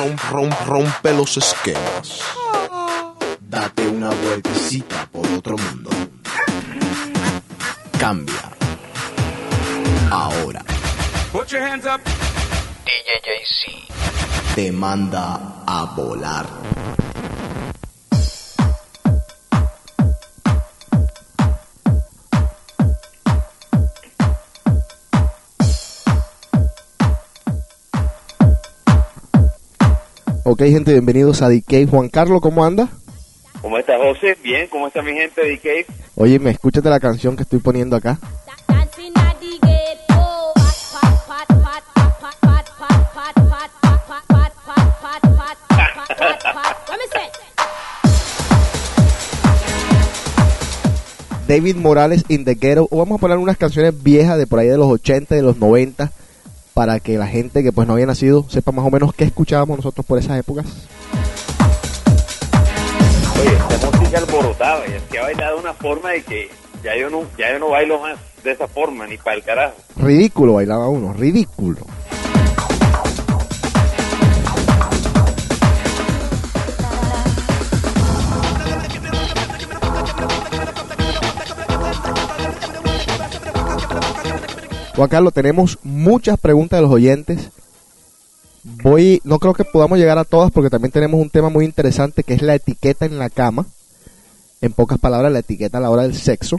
Rompe los esquemas. Date una vueltecita por otro mundo. Cambia. Ahora. Put your hands up. DJ JC te manda a volar. Ok, gente, bienvenidos a The Cave. Juan Carlos, ¿cómo anda? ¿Cómo está José? Bien, ¿cómo está mi gente de The Cave? Oye, me escúchate la canción que estoy poniendo acá. David Morales in the Ghetto. O vamos a poner unas canciones viejas de por ahí de los 80 y de los 90 para que la gente que pues no había nacido sepa más o menos qué escuchábamos nosotros por esas épocas. Oye, esta música alborotada, y es que ha bailado de una forma de que ya yo no bailo más de esa forma, ni para el carajo. Ridículo bailaba uno, ridículo. Juan Carlos, tenemos muchas preguntas de los oyentes. No creo que podamos llegar a todas porque también tenemos un tema muy interesante que es la etiqueta en la cama. En pocas palabras, la etiqueta a la hora del sexo.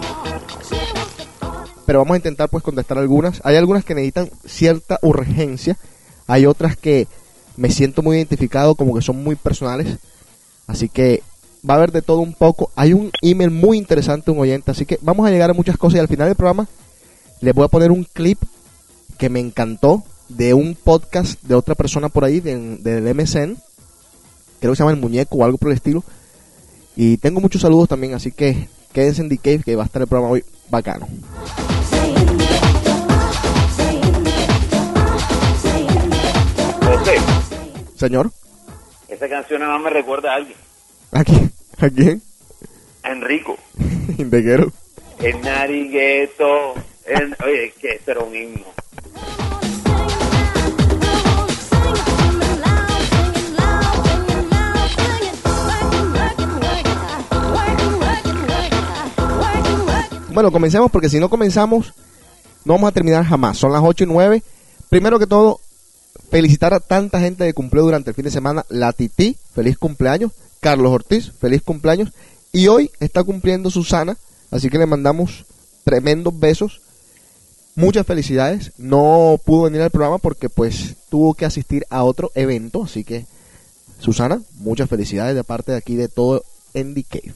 Pero vamos a intentar pues contestar algunas. Hay algunas que necesitan cierta urgencia. Hay otras que me siento muy identificado, como que son muy personales. Así que va a haber de todo un poco. Hay un email muy interesante, un oyente. Así que vamos a llegar a muchas cosas y al final del programa les voy a poner un clip que me encantó de un podcast de otra persona por ahí, del MSN. Creo que se llama El Muñeco o algo por el estilo. Y tengo muchos saludos también, así que quédense en The Cave que va a estar el programa hoy bacano. José, Señor. esa canción nada más me recuerda a alguien. ¿A quién? ¿A quién? A Enrico. De Ghetto. El narigueto. Oye, que ese era un himno. Bueno, comencemos porque si no comenzamos no vamos a terminar jamás. Son las 8:09. Primero que todo, felicitar a tanta gente que cumplió durante el fin de semana. La Titi, feliz cumpleaños. Carlos Ortiz, feliz cumpleaños. Y hoy está cumpliendo Susana, así que le mandamos tremendos besos. Muchas felicidades. No pudo venir al programa porque pues tuvo que asistir a otro evento, así que Susana, muchas felicidades de parte de aquí de todo en The Cave.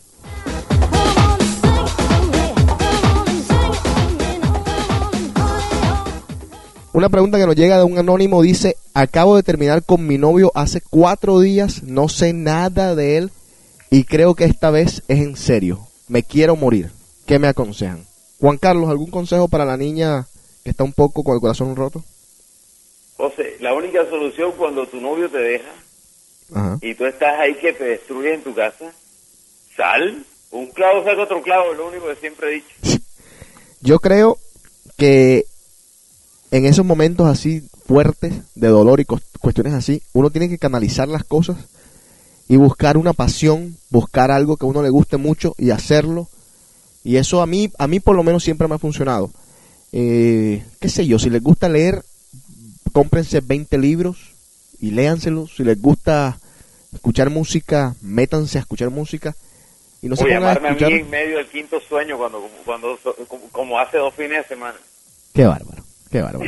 Una pregunta que nos llega de un anónimo dice: acabo de terminar con mi novio hace 4 días, no sé nada de él y creo que esta vez es en serio. Me quiero morir. ¿Qué me aconsejan? Juan Carlos, ¿algún consejo para la niña que está un poco con el corazón roto? José, la única solución cuando tu novio te deja, ajá, y tú estás ahí que te destruye en tu casa, sal, un clavo saca otro clavo, es lo único que siempre he dicho. Yo creo que en esos momentos así fuertes de dolor y cuestiones así, uno tiene que canalizar las cosas y buscar una pasión, buscar algo que a uno le guste mucho y hacerlo. Y eso a mí por lo menos siempre me ha funcionado. Qué sé yo, si les gusta leer, cómprense 20 libros y léanselos. Si les gusta escuchar música, métanse a escuchar música. Y no se pongan a escuchar... a mí en medio del quinto sueño cuando como hace 2 fines de semana. Qué bárbaro, qué bárbaro.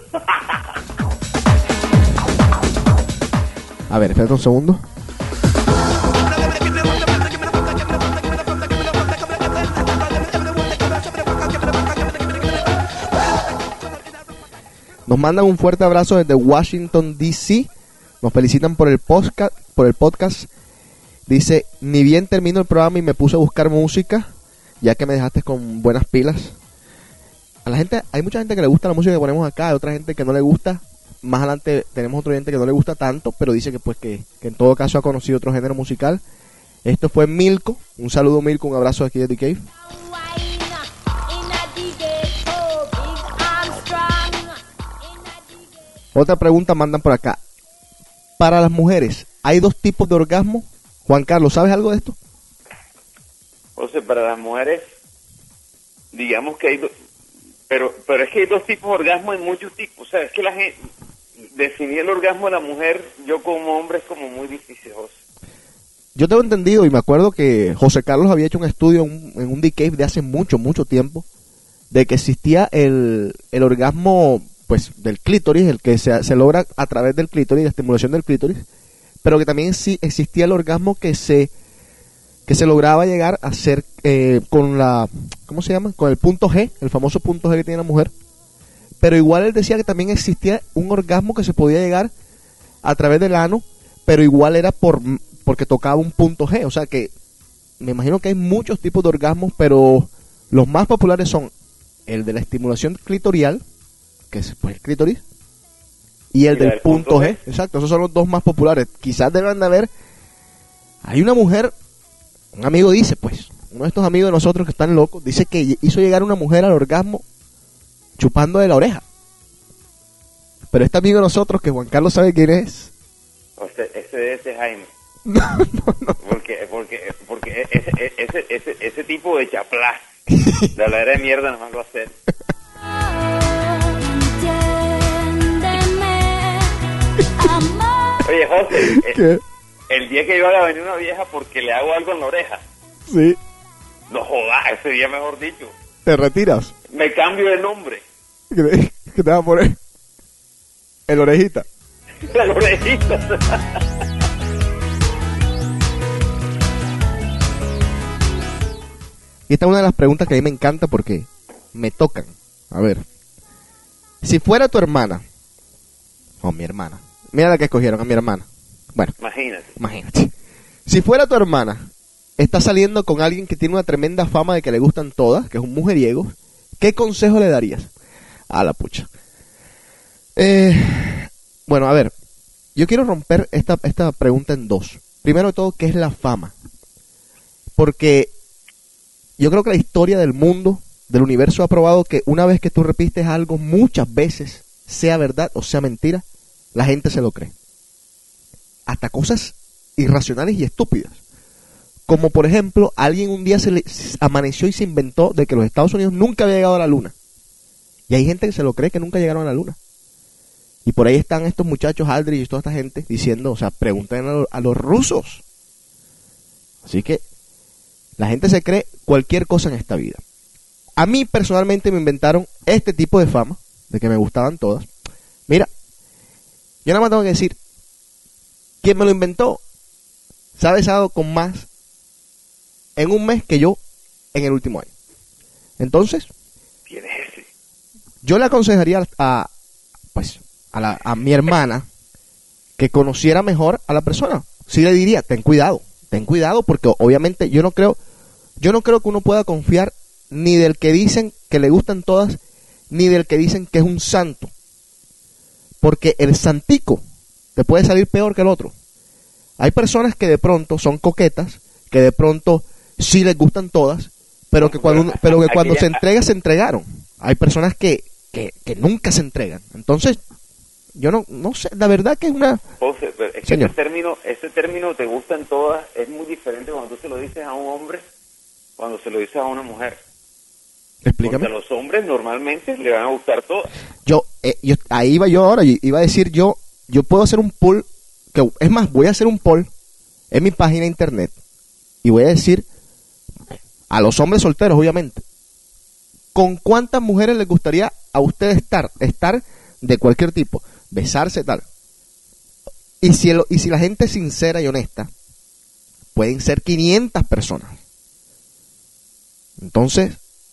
A ver, espérate un segundo. Nos mandan un fuerte abrazo desde Washington, D.C. Nos felicitan por el podcast. Dice: ni bien termino el programa y me puse a buscar música, ya que me dejaste con buenas pilas. A la gente, hay mucha gente que le gusta la música que ponemos acá, hay otra gente que no le gusta. Más adelante tenemos otro gente que no le gusta tanto, pero dice que pues que en todo caso ha conocido otro género musical. Esto fue Milko. Un saludo, Milko, un abrazo aquí de The Cave. Otra pregunta mandan por acá. para las mujeres, ¿hay dos tipos de orgasmo? Juan Carlos, ¿sabes algo de esto? O sea, para las mujeres, digamos que hay dos, pero es que hay dos tipos de orgasmo en muchos tipos. O sea, es que la gente, definir el orgasmo de la mujer, yo como hombre, es como muy difícil, José. Yo tengo entendido y me acuerdo que José Carlos había hecho un estudio en un D-Cave de hace mucho, mucho tiempo, de que existía el orgasmo, pues, del clítoris, el que se logra a través del clítoris, la estimulación del clítoris, pero que también sí existía el orgasmo que se lograba llegar a ser con la, ¿cómo se llama? Con el punto G, el famoso punto G que tiene la mujer. Pero igual él decía que también existía un orgasmo que se podía llegar a través del ano, pero igual era porque tocaba un punto G. O sea que me imagino que hay muchos tipos de orgasmos, pero los más populares son el de la estimulación clitorial, que es pues el clítoris, y el del punto G. Exacto, esos son los dos más populares. Quizás deban de haber. Hay una mujer, un amigo dice, pues, uno de estos amigos de nosotros que están locos, dice que hizo llegar a una mujer al orgasmo chupando de la oreja. Pero este amigo de nosotros, que Juan Carlos sabe quién es. O sea, ese es Jaime. No. Porque ese tipo de chaplás, de hablar de mierda, no me lo hacer. Oye, José, ¿Qué? el día que yo haga venir una vieja porque le hago algo en la oreja, Sí. no jodas, ese día mejor dicho, ¿Te retiras? me cambio de nombre. ¿Qué te va a poner? El orejita. La orejita. Y esta es una de las preguntas que a mí me encanta porque me tocan. A ver. Si fuera tu hermana, o mi hermana, mira la que escogieron, a mi hermana. Bueno, imagínate. Si fuera tu hermana, está saliendo con alguien que tiene una tremenda fama de que le gustan todas, que es un mujeriego, ¿qué consejo le darías? A la pucha. Bueno, a ver, yo quiero romper esta pregunta en dos. Primero de todo, ¿qué es la fama? Porque yo creo que la historia del mundo, del universo, ha probado que una vez que tú repites algo muchas veces, sea verdad o sea mentira, la gente se lo cree. Hasta cosas irracionales y estúpidas. Como por ejemplo, alguien un día se le amaneció y se inventó de que los Estados Unidos nunca había llegado a la luna. Y hay gente que se lo cree que nunca llegaron a la luna. Y por ahí están estos muchachos, Aldrich y toda esta gente, diciendo, o sea, pregunten a los rusos. Así que la gente se cree cualquier cosa en esta vida. A mí personalmente me inventaron este tipo de fama, de que me gustaban todas. Mira, yo nada más tengo que decir, ¿quién me lo inventó? Se ha besado con más en un mes que yo en el último año. Entonces, ¿quién es ese? Yo le aconsejaría a mi hermana que conociera mejor a la persona. Sí le diría, ten cuidado porque obviamente yo no creo que uno pueda confiar ni del que dicen que le gustan todas, ni del que dicen que es un santo. Porque el santico te puede salir peor que el otro. Hay personas que de pronto son coquetas, que de pronto sí les gustan todas, pero que cuando se entrega, se entregaron. Hay personas que nunca se entregan. Entonces, yo no sé, la verdad que es una... José, pero es que ese término te gustan todas es muy diferente cuando tú se lo dices a un hombre, cuando se lo dices a una mujer. Explícame. Porque a los hombres normalmente le van a gustar todas. Ahí iba yo ahora, iba a decir yo puedo hacer un poll, es más, voy a hacer un poll en mi página de internet y voy a decir a los hombres solteros, obviamente, ¿con cuántas mujeres les gustaría a ustedes estar de cualquier tipo, besarse, tal? Y si la gente es sincera y honesta, pueden ser 500 personas. Entonces,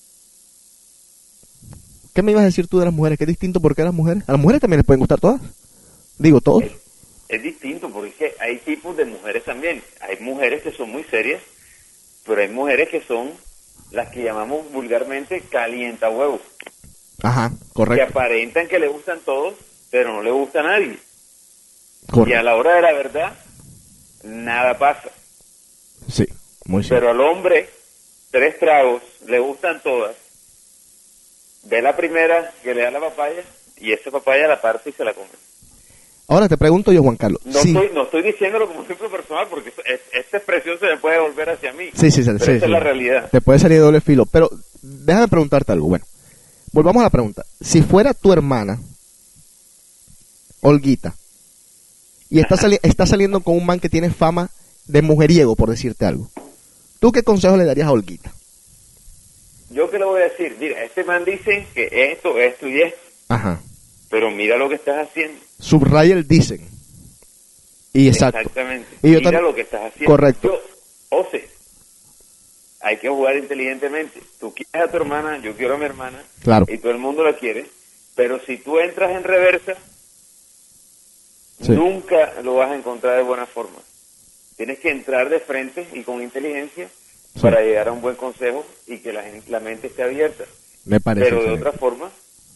¿qué me ibas a decir tú de las mujeres? ¿Qué es distinto por qué a las mujeres? A las mujeres también les pueden gustar todas. Digo, todos. Es distinto porque es que hay tipos de mujeres también. Hay mujeres que son muy serias, pero hay mujeres que son las que llamamos vulgarmente calientahuevos. Ajá, correcto. Que aparentan que le gustan todos, pero no le gusta a nadie. Correcto. Y a la hora de la verdad, nada pasa. Sí, muy cierto. Pero al hombre, 3 tragos, le gustan todas. Ve la primera que le da la papaya y esa papaya la parte y se la come. Ahora te pregunto yo, Juan Carlos. No, Sí. no estoy diciéndolo como ejemplo personal, porque esta expresión se me puede volver hacia mí. Sí, pero esa es la realidad. Te puede salir de doble filo. Pero déjame preguntarte algo. Bueno, volvamos a la pregunta. Si fuera tu hermana, Olguita, y está saliendo con un man que tiene fama de mujeriego, por decirte algo, ¿tú qué consejo le darías a Olguita? Yo qué le voy a decir, mira, este man dice que esto y esto, Ajá. pero mira lo que estás haciendo. Subraya el dicen. Y exacto. Exactamente. Y yo Mira también- lo que estás haciendo. Correcto. José, hay que jugar inteligentemente. Tú quieres a tu hermana, yo quiero a mi hermana. Claro. Y todo el mundo la quiere. Pero si tú entras en reversa, Sí. nunca lo vas a encontrar de buena forma. Tienes que entrar de frente y con inteligencia Sí. para llegar a un buen consejo y que la mente esté abierta. Me parece. Pero de excelente. otra forma,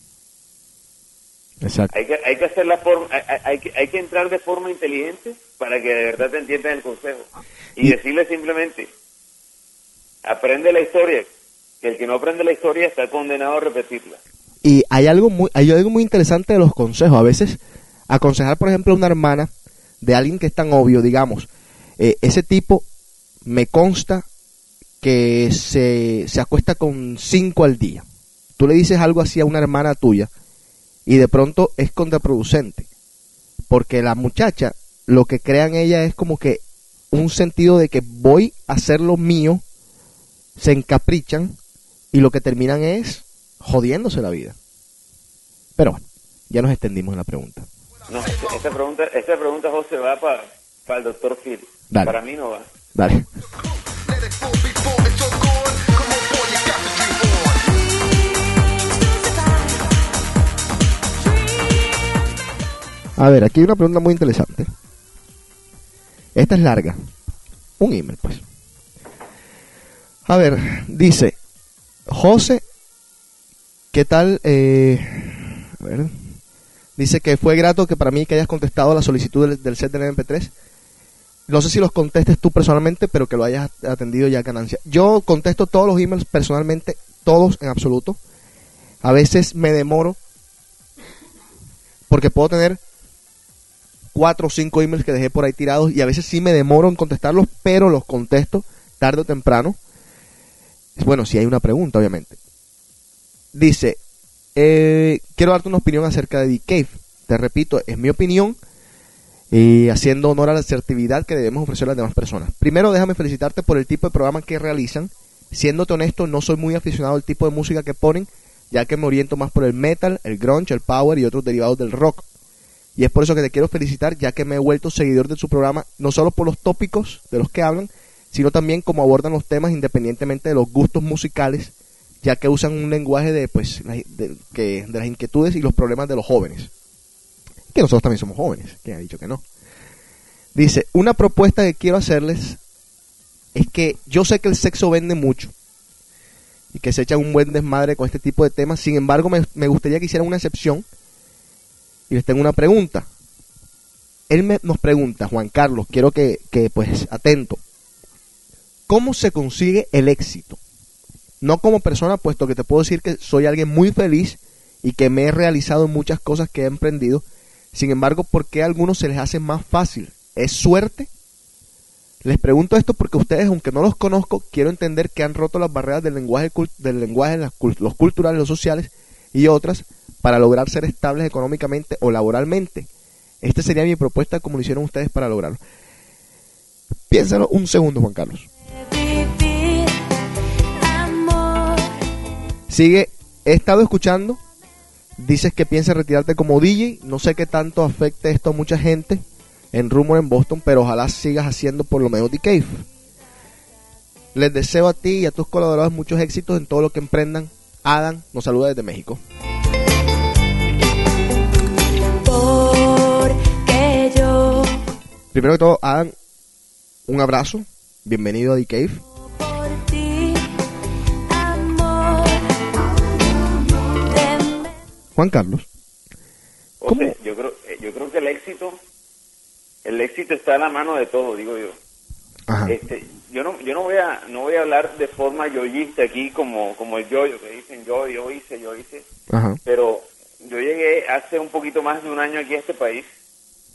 Exacto. hay que hacer la forma, hay que entrar de forma inteligente para que de verdad te entiendan el consejo. Y decirle simplemente, aprende la historia, que el que no aprende la historia está condenado a repetirla. Y hay algo muy interesante de los consejos. A veces, aconsejar, por ejemplo, a una hermana de alguien que es tan obvio, digamos, ese tipo me consta que se acuesta con 5 al día. Tú le dices algo así a una hermana tuya y de pronto es contraproducente. Porque la muchacha, lo que crea en ella es como que un sentido de que voy a hacer lo mío, se encaprichan y lo que terminan es jodiéndose la vida. Pero bueno, ya nos extendimos en la pregunta. No, esta pregunta, José, va para el doctor Phil. Dale. Para mí no va. Dale. A ver, aquí hay una pregunta muy interesante. Esta es larga. Un email, pues. A ver, dice José, ¿qué tal? A ver. Dice que fue grato que para mí que hayas contestado la solicitud del set del MP3. No sé si los contestes tú personalmente, pero que lo hayas atendido ya ganancia. Yo contesto todos los emails personalmente, todos en absoluto. A veces me demoro porque puedo tener 4 o 5 emails que dejé por ahí tirados y a veces sí me demoro en contestarlos, pero los contesto tarde o temprano. Bueno, si hay una pregunta, obviamente. Dice, quiero darte una opinión acerca de The Cave. Te repito, es mi opinión y haciendo honor a la asertividad que debemos ofrecer a las demás personas. Primero, déjame felicitarte por el tipo de programa que realizan. Siéndote honesto, no soy muy aficionado al tipo de música que ponen, ya que me oriento más por el metal, el grunge, el power y otros derivados del rock. Y es por eso que te quiero felicitar, ya que me he vuelto seguidor de su programa, no solo por los tópicos de los que hablan, sino también como abordan los temas independientemente de los gustos musicales, ya que usan un lenguaje de las inquietudes y los problemas de los jóvenes. Que nosotros también somos jóvenes, ¿quién ha dicho que no? Dice, una propuesta que quiero hacerles es que yo sé que el sexo vende mucho y que se echa un buen desmadre con este tipo de temas, sin embargo me gustaría que hicieran una excepción y les tengo una pregunta. Él nos pregunta, Juan Carlos, quiero que pues atento, ¿cómo se consigue el éxito? No como persona, puesto que te puedo decir que soy alguien muy feliz y que me he realizado en muchas cosas que he emprendido. Sin embargo, ¿por qué a algunos se les hace más fácil? ¿Es suerte? Les pregunto esto porque ustedes, aunque no los conozco, quiero entender que han roto las barreras del lenguaje, los culturales, los sociales y otras para lograr ser estables económicamente o laboralmente. Esta sería mi propuesta, como lo hicieron ustedes para lograrlo. Piénsalo un segundo, Juan Carlos. Sigue, he estado escuchando, dices que piensas retirarte como DJ, no sé qué tanto afecte esto a mucha gente en Rumor en Boston, pero ojalá sigas haciendo por lo menos The Cave. Les deseo a ti y a tus colaboradores muchos éxitos en todo lo que emprendan. Adam nos saluda desde México. Porque yo Primero que todo, Adam, un abrazo, bienvenido a The Cave. por ti, amor, Juan Carlos, ¿cómo? José, yo creo que el éxito está en la mano de todos, digo yo. Ajá. Yo no voy a hablar de forma yoyista aquí como el yoyo, que dicen yo hice, Ajá. pero yo llegué hace un poquito más de un año aquí a este país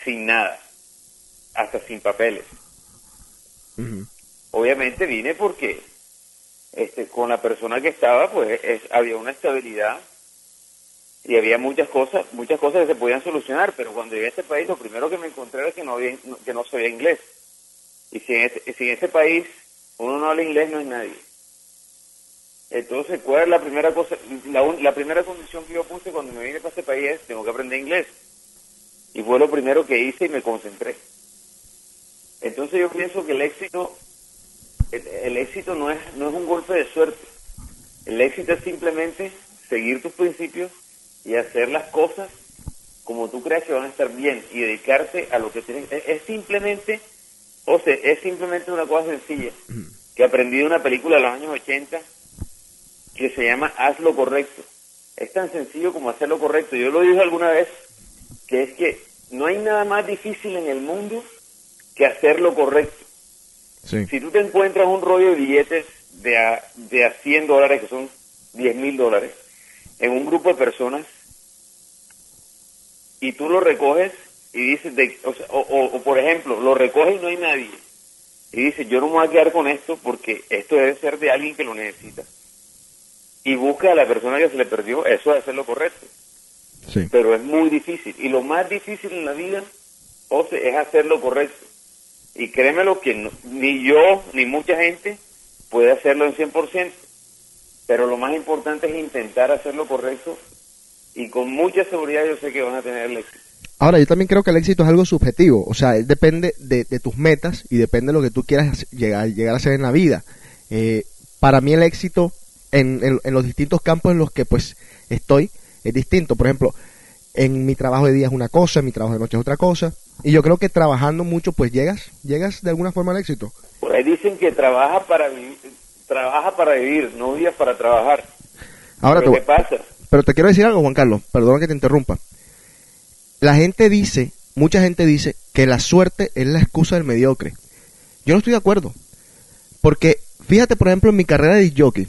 sin nada, hasta sin papeles. Ujú. Obviamente vine porque con la persona que estaba, pues había una estabilidad y había muchas cosas que se podían solucionar, pero cuando llegué a este país lo primero que me encontré era que no sabía inglés. Y si en ese país uno no habla inglés, no es nadie. Entonces, ¿cuál es la primera cosa? La primera condición que yo puse cuando me vine para este país es: tengo que aprender inglés. Y fue lo primero que hice y me concentré. Entonces yo pienso que el éxito no es un golpe de suerte. El éxito es simplemente seguir tus principios y hacer las cosas como tú creas que van a estar bien y dedicarte a lo que tienes. Es simplemente una cosa sencilla que aprendí de una película de los años 80 que se llama Haz lo correcto. Es tan sencillo como hacer lo correcto. Yo lo dije alguna vez, que es que no hay nada más difícil en el mundo que hacer lo correcto. Sí. Si tú te encuentras un rollo de billetes de a $100, que son $10,000, en un grupo de personas, y tú lo recoges y dices, o por ejemplo, lo recoges y no hay nadie, y dices, yo no me voy a quedar con esto porque esto debe ser de alguien que lo necesita, y busca a la persona que se le perdió, eso es hacer lo correcto. Sí. Pero es muy difícil, y lo más difícil en la vida, José, es hacer lo correcto. Y créemelo que ni yo ni mucha gente puede hacerlo en 100%, pero lo más importante es intentar hacer lo correcto, y con mucha seguridad yo sé que van a tener el éxito. Ahora, yo también creo que el éxito es algo subjetivo, o sea, depende de tus metas y depende de lo que tú quieras llegar a hacer en la vida. Para mí el éxito en los distintos campos en los que pues estoy es distinto. Por ejemplo, en mi trabajo de día es una cosa, en mi trabajo de noche es otra cosa, y yo creo que trabajando mucho pues llegas de alguna forma al éxito. Por ahí dicen que trabaja para vivir, no vives para trabajar. Ahora ¿Pero qué pasa? Pero te quiero decir algo, Juan Carlos, perdona que te interrumpa. Mucha gente dice que la suerte es la excusa del mediocre. Yo no estoy de acuerdo, porque fíjate, por ejemplo, en mi carrera de disc jockey,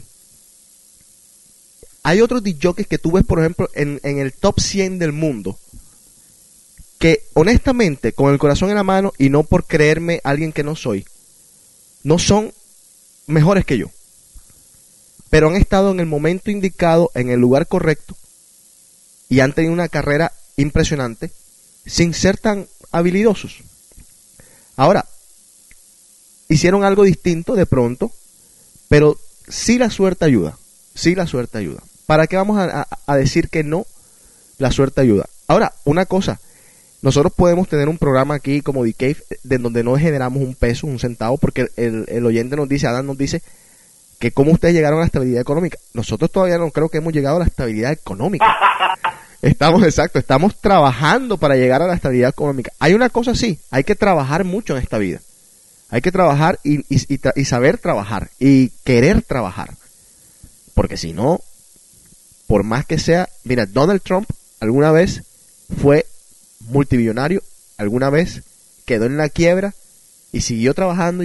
hay otros disc jockeys que tú ves, por ejemplo, en el top 100 del mundo, que honestamente, con el corazón en la mano y no por creerme alguien que no soy, no son mejores que yo, pero han estado en el momento indicado, en el lugar correcto, y han tenido una carrera impresionante sin ser tan habilidosos. Ahora, hicieron algo distinto de pronto, pero sí la suerte ayuda. ¿Para qué vamos a decir que no? La suerte ayuda. Ahora, una cosa, nosotros podemos tener un programa aquí como The Cave, de donde no generamos un peso, un centavo, porque el oyente nos dice, Adán nos dice, que cómo ustedes llegaron a la estabilidad económica. Nosotros todavía no creo que hemos llegado a la estabilidad económica. Estamos trabajando para llegar a la estabilidad económica. Hay una cosa así, hay que trabajar mucho en esta vida. Hay que trabajar y saber trabajar y querer trabajar. Porque si no, por más que sea, mira, Donald Trump alguna vez fue multimillonario, alguna vez quedó en la quiebra y siguió trabajando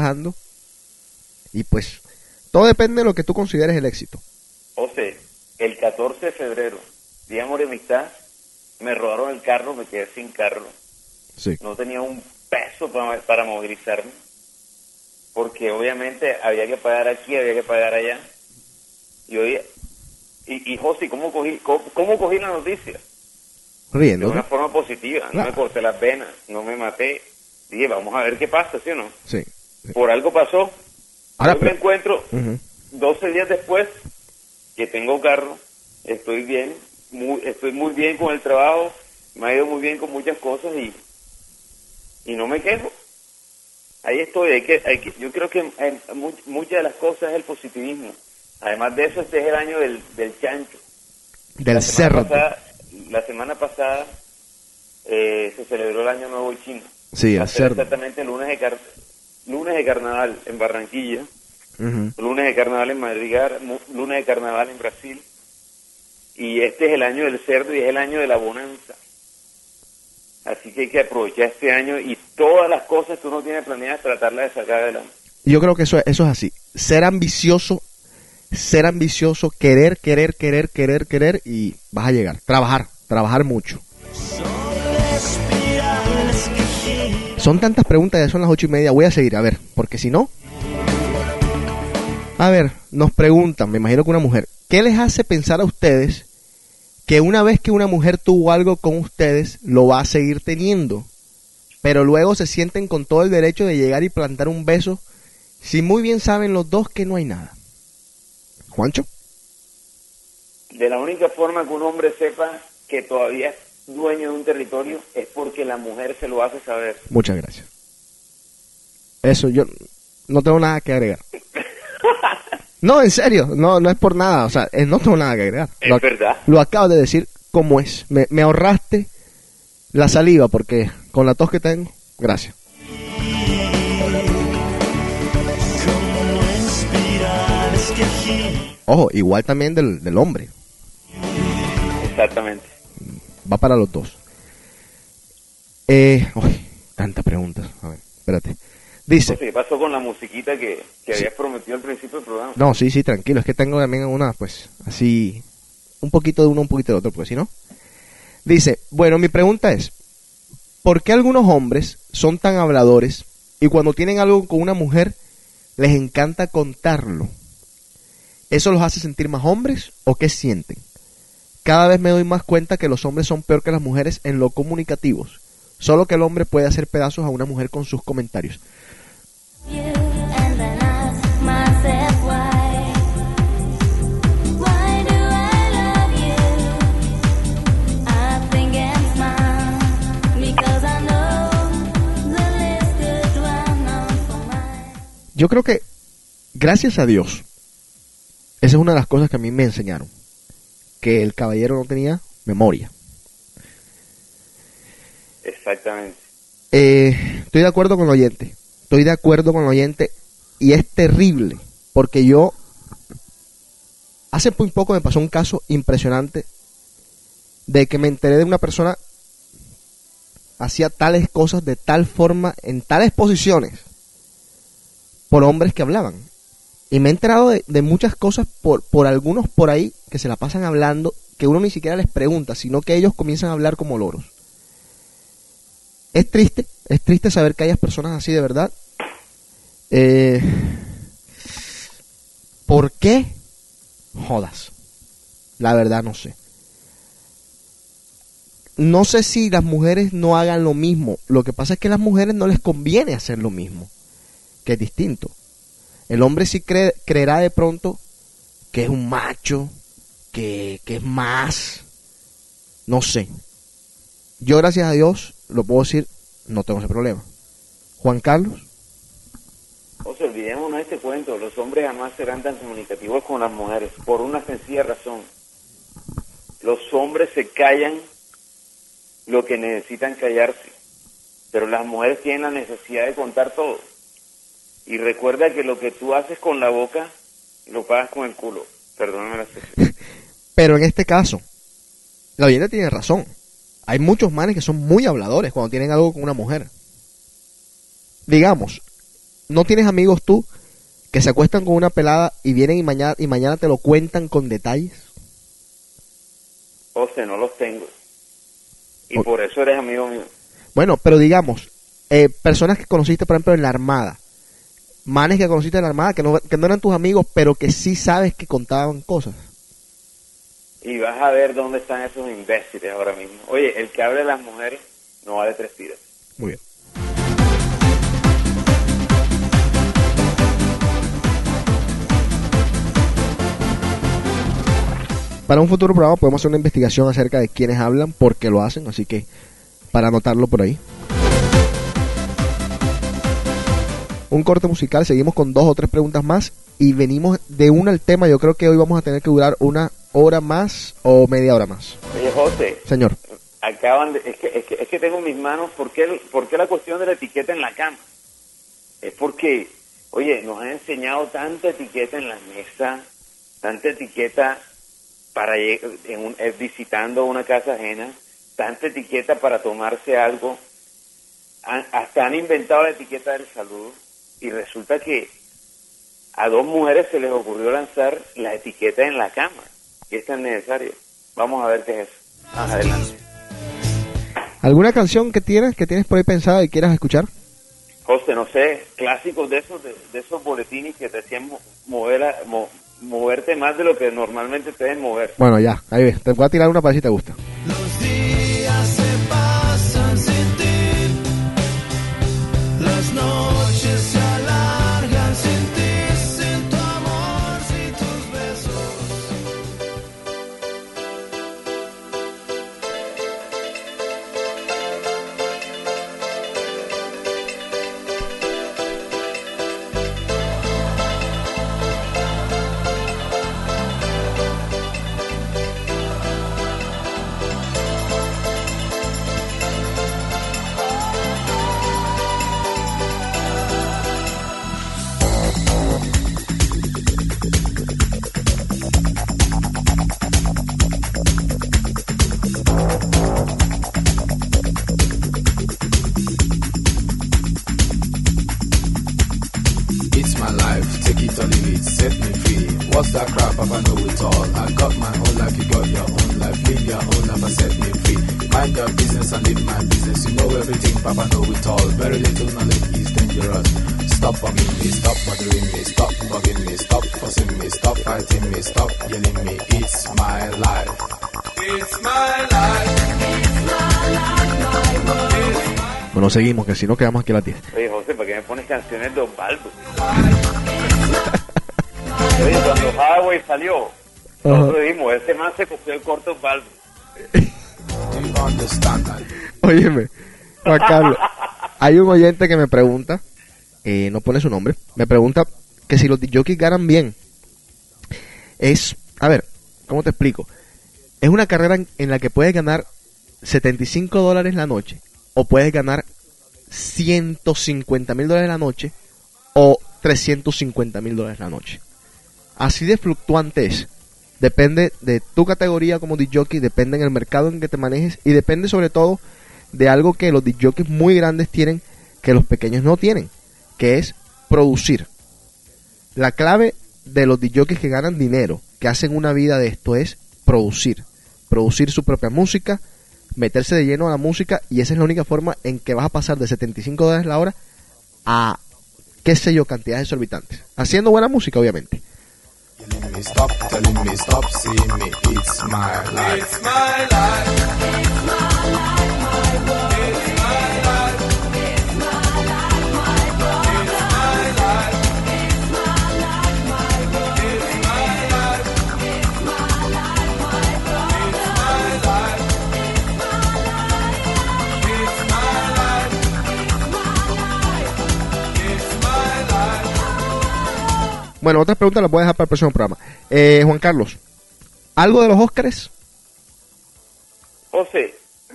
y pues todo depende de lo que tú consideres el éxito. José, el 14 de febrero, Día de Amor y Amistad, me robaron el carro, me quedé sin carro. Sí. No tenía un peso para movilizarme, porque obviamente había que pagar aquí, había que pagar allá. Y José, ¿cómo cogí la noticia? Riendo. De una forma positiva, Claro. No me corté las venas, no me maté. Dije, vamos a ver qué pasa, ¿sí o no? Sí. Por algo pasó. Ahora, Yo me encuentro uh-huh. 12 días después que tengo carro, estoy bien, estoy muy bien con el trabajo, me ha ido muy bien con muchas cosas y no me quejo. Ahí estoy, yo creo que muchas de las cosas es el positivismo. Además de eso, este es el año del chancho. Del cerdo. La semana pasada se celebró el Año Nuevo Chino. Sí, el cerdo. Exactamente lunes de carnaval en Barranquilla, Uh-huh. lunes de carnaval en Madrid, lunes de carnaval en Brasil, y este es el año del cerdo y es el año de la bonanza. Así que hay que aprovechar este año y todas las cosas que uno tiene planeadas, tratarlas de sacar adelante. Yo creo que eso es así. Ser ambicioso, querer y vas a llegar. Trabajar mucho. Solo respirar. Son tantas preguntas, ya son las 8:30. Voy a seguir, a ver, porque si no... A ver, nos preguntan, me imagino que una mujer, ¿qué les hace pensar a ustedes que una vez que una mujer tuvo algo con ustedes, lo va a seguir teniendo? Pero luego se sienten con todo el derecho de llegar y plantar un beso, si muy bien saben los dos que no hay nada. ¿Juancho? De la única forma que un hombre sepa que todavía es dueño de un territorio es porque la mujer se lo hace saber. Muchas gracias. Eso, yo no tengo nada que agregar. No, en serio, no es por nada, o sea, no tengo nada que agregar. Es verdad. Lo acabo de decir como es. Me ahorraste la saliva porque con la tos que tengo, gracias. Ojo, igual también del hombre. Exactamente. Va para los dos. Uy, tantas preguntas. A ver, espérate. Dice... ¿Qué pasó con la musiquita que habías prometido al principio del programa? No, sí, tranquilo. Es que tengo también una, pues, así... Un poquito de uno, un poquito de otro, porque si no... Dice, bueno, mi pregunta es... ¿Por qué algunos hombres son tan habladores y cuando tienen algo con una mujer les encanta contarlo? ¿Eso los hace sentir más hombres o qué sienten? Cada vez me doy más cuenta que los hombres son peor que las mujeres en lo comunicativos. Solo que el hombre puede hacer pedazos a una mujer con sus comentarios. Yo creo que, gracias a Dios, esa es una de las cosas que a mí me enseñaron. Que el caballero no tenía memoria. Exactamente. Estoy de acuerdo con el oyente. Y es terrible. Porque yo, hace muy poco me pasó un caso impresionante. De que me enteré de una persona hacía tales cosas de tal forma, en tales posiciones, por hombres que hablaban. Y me he enterado de muchas cosas por algunos por ahí que se la pasan hablando, que uno ni siquiera les pregunta, sino que ellos comienzan a hablar como loros. Es triste saber que hayas personas así de verdad. ¿Por qué? Jodas. La verdad no sé. No sé si las mujeres no hagan lo mismo. Lo que pasa es que a las mujeres no les conviene hacer lo mismo, que es distinto. El hombre sí creerá de pronto que es un macho, que es más, no sé. Yo, gracias a Dios, lo puedo decir, no tengo ese problema. Juan Carlos. O sea, olvidémonos de este cuento. Los hombres jamás serán tan comunicativos con las mujeres, por una sencilla razón. Los hombres se callan lo que necesitan callarse, pero las mujeres tienen la necesidad de contar todo. Y recuerda que lo que tú haces con la boca, lo pagas con el culo. Perdóname la expresión. Pero en este caso, la oyente tiene razón. Hay muchos manes que son muy habladores cuando tienen algo con una mujer. Digamos, ¿no tienes amigos tú que se acuestan con una pelada y vienen y mañana te lo cuentan con detalles? O sea, no los tengo. Y por eso eres amigo mío. Bueno, pero digamos, personas que conociste, por ejemplo, en la Armada. Manes que conociste en la Armada, que no eran tus amigos, pero que sí sabes que contaban cosas. Y vas a ver dónde están esos imbéciles ahora mismo. Oye, el que habla de las mujeres no vale 3 tiras. Muy bien. Para un futuro programa podemos hacer una investigación acerca de quiénes hablan, por qué lo hacen, así que para anotarlo por ahí. Un corte musical, seguimos con 2 o 3 preguntas más y venimos de una al tema. Yo creo que hoy vamos a tener que durar 1 hora más o media hora más. Oye, José. Señor. Es que tengo en mis manos, ¿por qué la cuestión de la etiqueta en la cama? Es porque, oye, nos han enseñado tanta etiqueta en la mesa, tanta etiqueta para visitando una casa ajena, tanta etiqueta para tomarse algo, hasta han inventado la etiqueta del saludo. Y resulta que a 2 mujeres se les ocurrió lanzar la etiqueta en la cama. Y es tan necesario. Vamos a ver qué es eso. Más adelante. ¿Alguna canción que tienes por ahí pensada y quieras escuchar? José, no sé, clásicos de esos boletines que te hacían moverte más de lo que normalmente te deben mover. Bueno, ya, ahí ves. Te voy a tirar una para ver si te gusta. Los días se pasan sin ti, las noches se alargan sin ti, sin tu amor, sin tus besos. It's my life, take it or leave it, set me free. What's that crap? I know it all. I got my own life, you got your own life. Live your own life and set me free. Mind your business and live my business. You know everything, Papa know it all. Very little knowledge is dangerous. Stop bugging me, stop bothering me, stop bugging me, stop fussing me, stop fighting me, stop yelling me. It's my life. It's my life. Bueno, seguimos, que si no quedamos aquí a las 10. Oye, José, ¿para qué me pones canciones de Osvaldo? Oye, cuando Hathaway salió, nosotros dijimos, este man se copió el corto Osvaldo. Do you understand that? Óyeme, Juan Carlos, hay un oyente que me pregunta, no pone su nombre, me pregunta que si los jockeys ganan bien. A ver, ¿cómo te explico? Es una carrera en la que puedes ganar $75 la noche, o puedes ganar $150,000 la noche, o $350,000 la noche. Así de fluctuante es. Depende de tu categoría como disc-jockey, depende en el mercado en que te manejes, y depende sobre todo de algo que los disc-jockeys muy grandes tienen que los pequeños no tienen, que es producir. La clave de los disc-jockeys que ganan dinero, que hacen una vida de esto, es producir su propia música, meterse de lleno a la música, y esa es la única forma en que vas a pasar de $75 la hora a, qué sé yo, cantidades exorbitantes, haciendo buena música, obviamente. Yelling me, stop telling me, stop seeing me. It's my life. It's my life. Bueno, otras preguntas las voy a dejar para el próximo programa. Juan Carlos, ¿algo de los Óscares? José,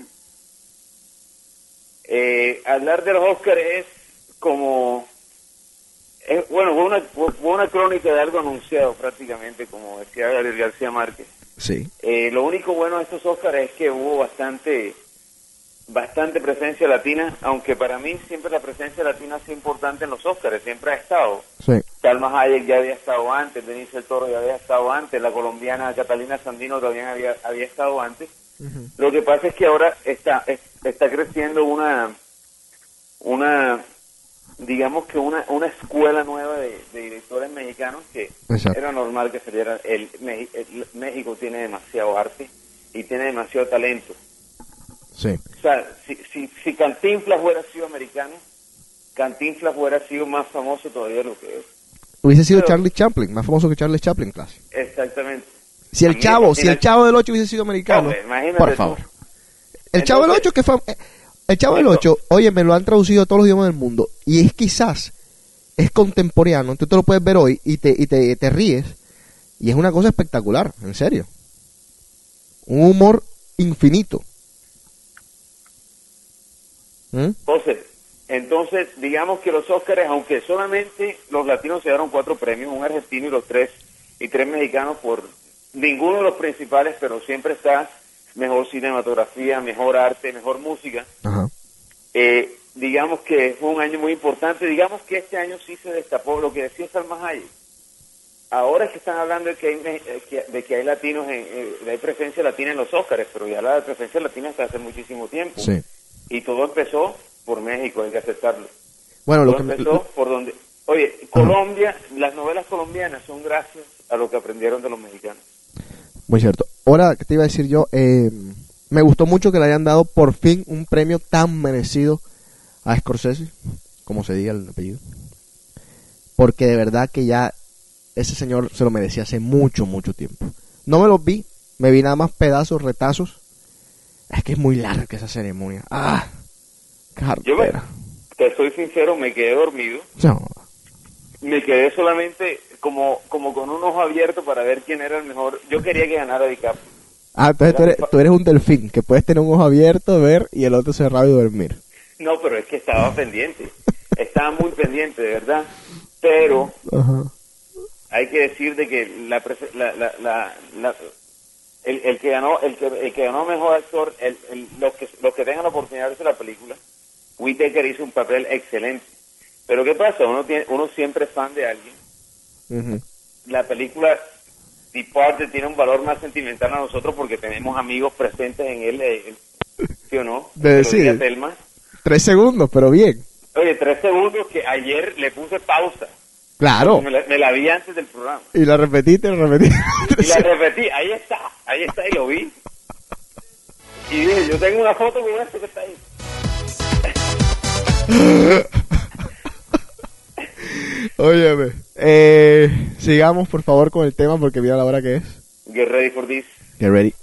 hablar de los Óscares es como... bueno, fue una crónica de algo anunciado prácticamente, como decía Gabriel García Márquez. Sí. Lo único bueno de estos Óscares es que hubo bastante presencia latina, aunque para mí siempre la presencia latina ha sido importante en los Óscares, siempre ha estado. Sí. Salma Hayek ya había estado antes, Benicio del Toro ya había estado antes, la colombiana Catalina Sandino también había estado antes. Uh-huh. Lo que pasa es que ahora está creciendo una digamos que una escuela nueva de directores mexicanos que Exacto. era normal que saliera. México tiene demasiado arte y tiene demasiado talento. Sí. O sea, si Cantinflas hubiera sido americano, Cantinflas hubiera sido más famoso todavía de lo que es. Hubiese sido Charlie Chaplin, más famoso que Charlie Chaplin, clase. Exactamente. Si el Chavo del 8 hubiese sido americano, Hombre, imagínate por tú. favor. El Chavo del 8 que fue... El Chavo del 8, oye, me lo han traducido a todos los idiomas del mundo, y es contemporáneo, tú te lo puedes ver hoy y te ríes, y es una cosa espectacular, en serio. Un humor infinito. José, entonces, digamos que los Óscares, aunque solamente los latinos se dieron 4 premios, un argentino y tres mexicanos por ninguno de los principales, pero siempre está mejor cinematografía, mejor arte, mejor música. Ajá. Digamos que fue un año muy importante. Digamos que este año sí se destapó lo que decía Salma Hayek. Ahora es que están hablando de que hay latinos, hay presencia latina en los Óscares, pero ya la presencia latina está hace muchísimo tiempo. Sí. Y todo empezó por México, hay que aceptarlo. Bueno, lo Todo que me- empezó por donde... Oye, Colombia, las novelas colombianas son gracias a lo que aprendieron de los mexicanos. Muy cierto. Ahora, ¿qué te iba a decir yo? Me gustó mucho que le hayan dado por fin un premio tan merecido a Scorsese, como se diga el apellido. Porque de verdad que ya ese señor se lo merecía hace mucho, mucho tiempo. No me los vi, me vi nada más pedazos, retazos. Es que es muy larga esa ceremonia. ¡Ah! Yo me, Cartera. te soy sincero, me quedé dormido. No. Me quedé solamente como con un ojo abierto para ver quién era el mejor. Yo quería que ganara DiCaprio. Ah, entonces tú eres un delfín, que puedes tener un ojo abierto, ver, y el otro cerrado y dormir. No, pero es que estaba pendiente. Estaba muy pendiente, de verdad. Pero Ajá. hay que decir de que el que ganó mejor actor, los que tengan la oportunidad de ver la película, Whittaker hizo un papel excelente. Pero ¿qué pasa? Uno siempre es fan de alguien. Ujú. La película Departed tiene un valor más sentimental a nosotros porque tenemos amigos presentes en él, ¿sí o no? De Te lo diría decir. Thelma. 3 segundos, pero bien. Oye, 3 segundos que ayer le puse pausa. Claro. Me la vi antes del programa. Y la repetiste. Y la repetí, ahí está, y lo vi. Y dije, yo tengo una foto con esto que está ahí. Óyeme. Sigamos, por favor, con el tema porque mira la hora que es. Get ready for this. Get ready.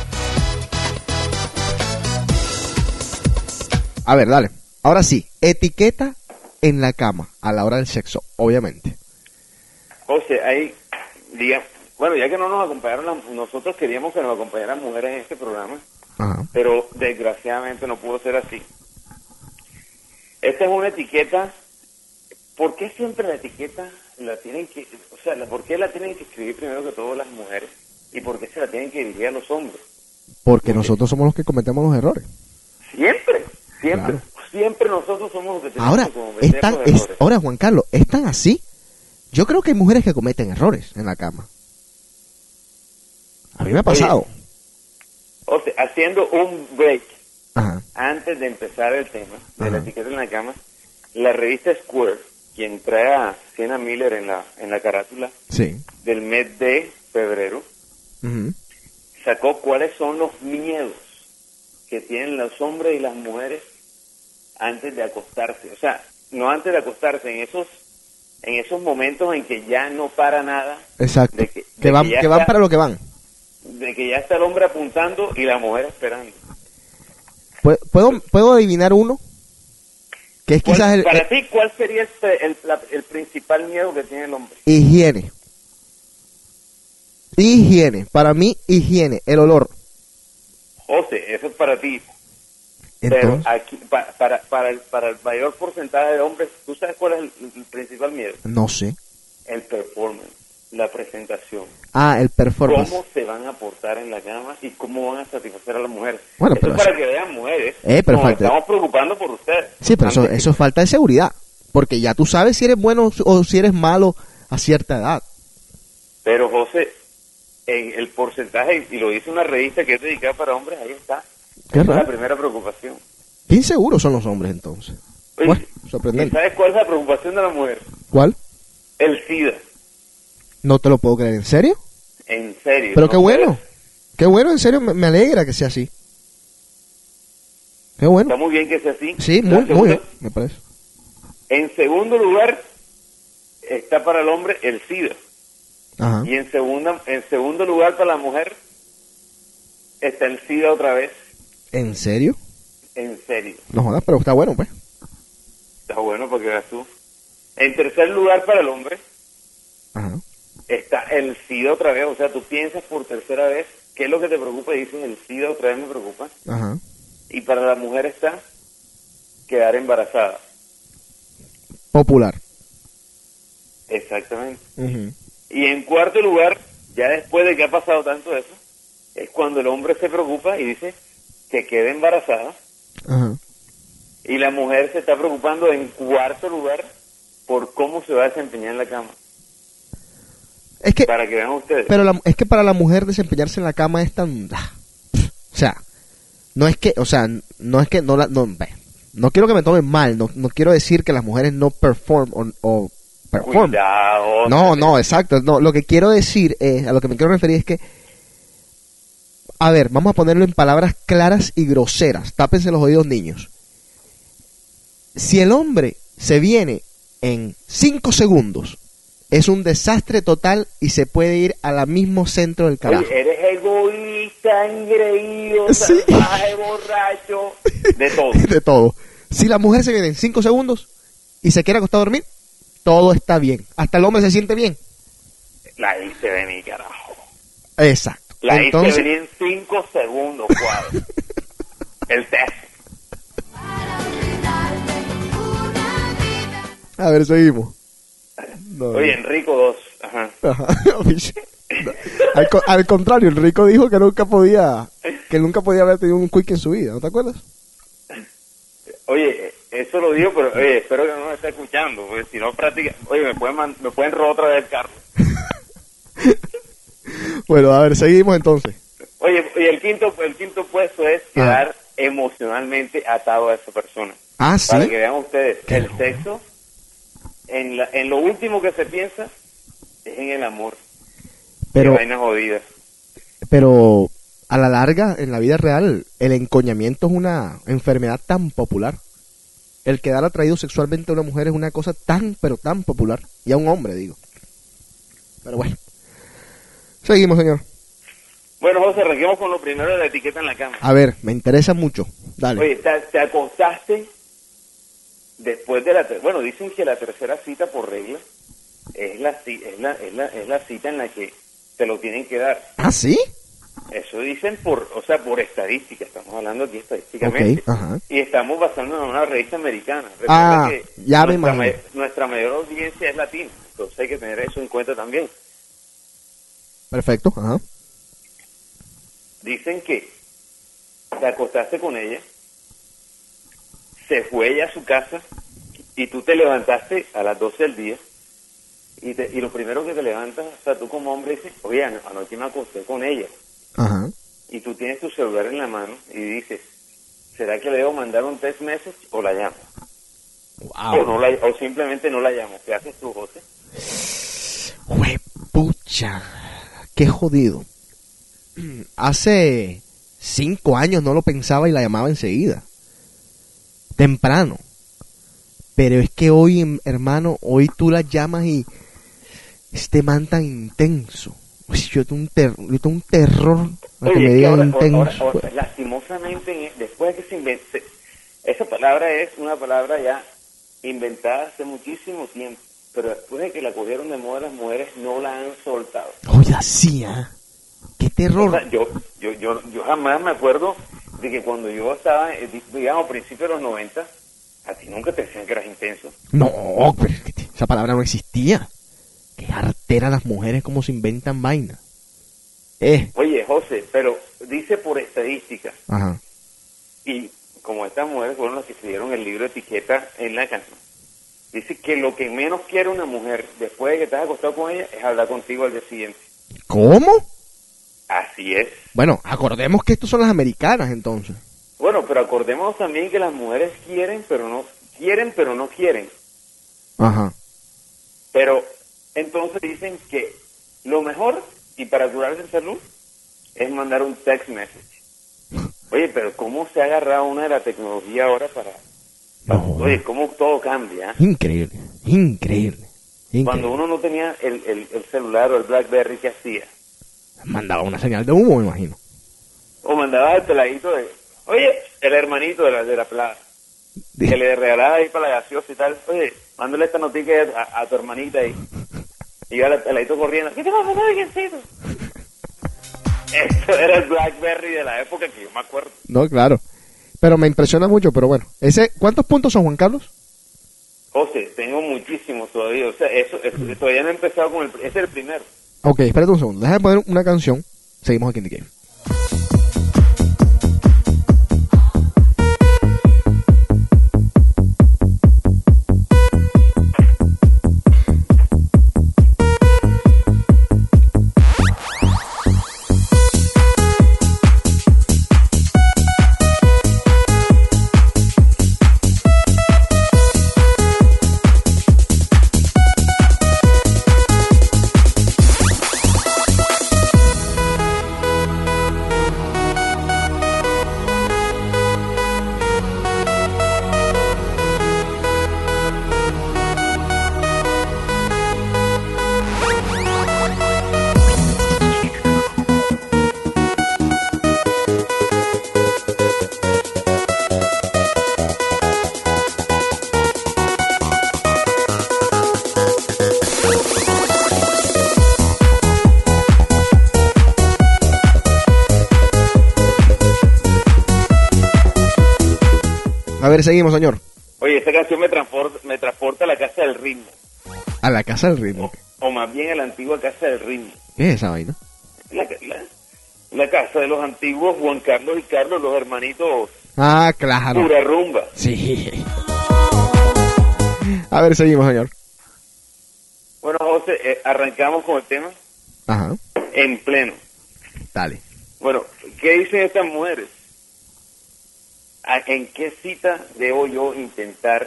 A ver, dale. Ahora sí, etiqueta en la cama a la hora del sexo, obviamente. José, ahí, bueno, ya que no nos acompañaron, nosotros queríamos que nos acompañaran mujeres en este programa, Ajá. pero desgraciadamente no pudo ser así. Esta es una etiqueta. ¿Por qué siempre la etiqueta la tienen que, o sea, por qué la tienen que escribir primero que todo las mujeres y por qué se la tienen que dirigir a los hombres? Porque nosotros somos los que cometemos los errores. Siempre, Claro. siempre nosotros somos los que tenemos Ahora, que cometer los errores. ahora, Juan Carlos, ¿es tan así? Yo creo que hay mujeres que cometen errores en la cama. A mí me ha pasado. O sea, haciendo un break Ajá. antes de empezar el tema de la Ajá. etiqueta en la cama, la revista Square, quien trae a Sienna Miller en la carátula Sí. del mes de febrero, Ujú. sacó cuáles son los miedos que tienen los hombres y las mujeres antes de acostarse. O sea, no antes de acostarse, en esos momentos en que ya no para nada, Exacto. de que Que van ya está- para lo que van. de que ya está el hombre apuntando y la mujer esperando. ¿Puedo adivinar uno? Que es quizás Para ti, ¿cuál sería el principal miedo que tiene el hombre? higiene. Higiene. Para mí, higiene. El olor. José, eso es para ti. Entonces, Pero aquí, para el mayor porcentaje de hombres, ¿tú sabes cuál es el principal miedo? no sé. El performance, la presentación. Ah, el performance. Cómo se van a portar en la cama y cómo van a satisfacer a las mujeres. Bueno, Eso pero es para que vean mujeres. pero nos falta- estamos preocupando por ustedes. Sí, pero Antes eso es falta de seguridad. Porque ya tú sabes si eres bueno o si eres malo a cierta edad. Pero José, en el porcentaje, y lo dice una revista que es dedicada para hombres, ahí está. Qué Esa es la raro. primera preocupación. Qué inseguros son los hombres entonces. Oye, Bueno, ¿y sorprendente. sabes cuál es la preocupación de la mujer? ¿Cuál? El SIDA. No te lo puedo creer. ¿En serio? En serio. Pero ¿no qué bueno. crees? Qué bueno, en serio. Me alegra que sea así. Qué bueno. Está muy bien que sea así. Sí, La muy segunda- bien, me parece. En segundo lugar, está para el hombre el SIDA. Ajá. Y en segundo lugar, para la mujer, está el SIDA otra vez. ¿En serio? En serio. No jodas, pero está bueno, pues. Está bueno porque veas tú. En tercer lugar, para el hombre, Ajá. está el SIDA otra vez. O sea, tú piensas por tercera vez qué es lo que te preocupa y dices, el SIDA otra vez me preocupa. Ajá. Y para la mujer está quedar embarazada. Popular. Exactamente. Ujú. Y en cuarto lugar, ya después de que ha pasado tanto eso, es cuando el hombre se preocupa y dice que quede embarazada. Ajá. Y la mujer se está preocupando en cuarto lugar por cómo se va a desempeñar en la cama. Es que, Para que vean ustedes. pero es que para la mujer desempeñarse en la cama es tan... O sea, no es que, o sea, no es que no quiero que me tomen mal, no quiero decir que las mujeres no perform o perform. Cuidado. No, exacto, no, lo que quiero decir es, a lo que me quiero referir es que, a ver, vamos a ponerlo en palabras claras y groseras, tápense los oídos, niños. Si el hombre se viene en 5 segundos, es un desastre total y se puede ir a la mismo centro del carajo. Oye, eres egoísta, engreído, Sí. salvaje, borracho, de todo. De todo. Si la mujer se viene en 5 segundos y se quiere acostar a dormir, todo está bien. Hasta el hombre se siente bien. La hice venir, carajo. Exacto. La Entonces, hice venir en 5 segundos, cuadro. El test. a ver, seguimos. No, Oye, Enrico 2. Ajá. Ajá. al contrario, Enrico dijo que nunca podía haber tenido un quick en su vida, ¿no te acuerdas? Oye, eso lo digo, pero oye, espero que no me esté escuchando, porque si no practica, oye, me pueden robar otra vez el carro. Bueno, a ver, seguimos entonces. Oye, y el quinto puesto es quedar emocionalmente atado a esa persona. Ah, ¿sí? Para que vean ustedes, Qué el loco. sexo, en lo último que se piensa, es en el amor. Pero, Qué vainas jodidas. pero a la larga, en la vida real, el encoñamiento es una enfermedad tan popular. El quedar atraído sexualmente a una mujer es una cosa tan, pero tan popular. Y a un hombre, digo. Pero bueno. Seguimos, señor. Bueno, José, arranquemos con lo primero de la etiqueta en la cama. A ver, me interesa mucho. Dale. Oye, te acostaste después de bueno, dicen que la tercera cita por regla es la cita en la que te lo tienen que dar. ¿Ah, sí? Eso dicen por estadística, estamos hablando aquí estadísticamente. Ok, ajá. Y estamos basándonos en una revista americana. Ah, Recuerda que ya me imagino. nuestra mayor audiencia es latina, entonces hay que tener eso en cuenta también. Perfecto, ajá. Dicen que te acostaste con ella, se fue ella a su casa y tú te levantaste a las 12 del día y lo primero que te levantas, o sea, tú como hombre dices, oye, anoche me acosté con ella. Ajá. Y tú tienes tu celular en la mano y dices, ¿será que le debo mandar un text message o la llamo? Wow. O simplemente no la llamo. ¿Qué haces tú, José? Pucha, qué jodido. Hace 5 años no lo pensaba y la llamaba enseguida. Temprano. Pero es que hoy, hermano, hoy tú la llamas y este man tan intenso. Uy, yo tengo un terror a que Oye, me que digan ahora, intenso. lastimosamente, después de que se invente, esa palabra es una palabra ya inventada hace muchísimo tiempo, pero después de que la cogieron de moda las mujeres no la han soltado. Oye, así, ¿ah? Qué O terror. sea, yo jamás me acuerdo de que cuando yo estaba, digamos, a principios de los 90, a ti nunca te decían que eras intenso. No, pero es que esa palabra no existía. Qué artera las mujeres como se inventan vainas. Oye, José, pero dice por estadística, Ajá. y como estas mujeres fueron las que escribieron el libro Etiqueta en la Cama, dice que lo que menos quiere una mujer después de que te has acostado con ella es hablar contigo al día siguiente. ¿Cómo? Así es. Bueno, acordemos que estos son las americanas entonces. Bueno, pero acordémonos también que las mujeres quieren, pero no quieren. Ajá. Pero entonces dicen que lo mejor, y para curarse en salud, es mandar un text message. Oye, pero ¿cómo se ha agarrado una de la tecnología ahora para No. oye, cómo todo cambia? Increíble. Cuando uno no tenía el celular o el BlackBerry, ¿qué hacía? Mandaba una señal de humo, me imagino. O mandaba el peladito oye, el hermanito de la plaza, que le regalaba ahí para la gaseosa y tal, oye, mándale esta noticia a tu hermanita ahí. Y iba el peladito corriendo, ¿qué te pasa, virgencito? Esto era el BlackBerry de la época que yo me acuerdo. No, claro. Pero me impresiona mucho, pero bueno. ¿Cuántos puntos son, Juan Carlos? José, tengo muchísimos todavía, o sea, eso todavía no he empezado con ese es el primero. Ok, espérate un segundo. Déjame poner una canción. Seguimos aquí en The Game. ver, seguimos, señor. Oye, esa canción me transporta a la casa del ritmo. A la casa del ritmo. O más bien a la antigua casa del ritmo. ¿Qué es esa vaina? La casa de los antiguos Juan Carlos y Carlos, los hermanitos Ah, claro. Pura Rumba. Sí. A ver, seguimos, señor. Bueno, José, arrancamos con el tema Ajá. en pleno. Dale. Bueno, ¿qué dicen estas mujeres? ¿En qué cita debo yo intentar,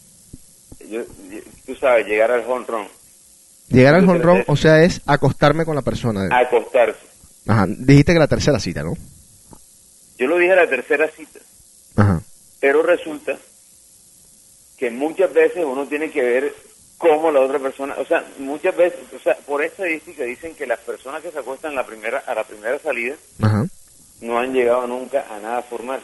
tú sabes, llegar al home run? Llegar al home run, o sea, es acostarme con la persona. Acostarse. Ajá. Dijiste que la tercera cita, ¿no? Yo lo dije a la tercera cita, Ajá. pero resulta que muchas veces uno tiene que ver cómo la otra persona, o sea, muchas veces, o sea, por estadística dicen que las personas que se acuestan a la primera salida Ajá. no han llegado nunca a nada formal.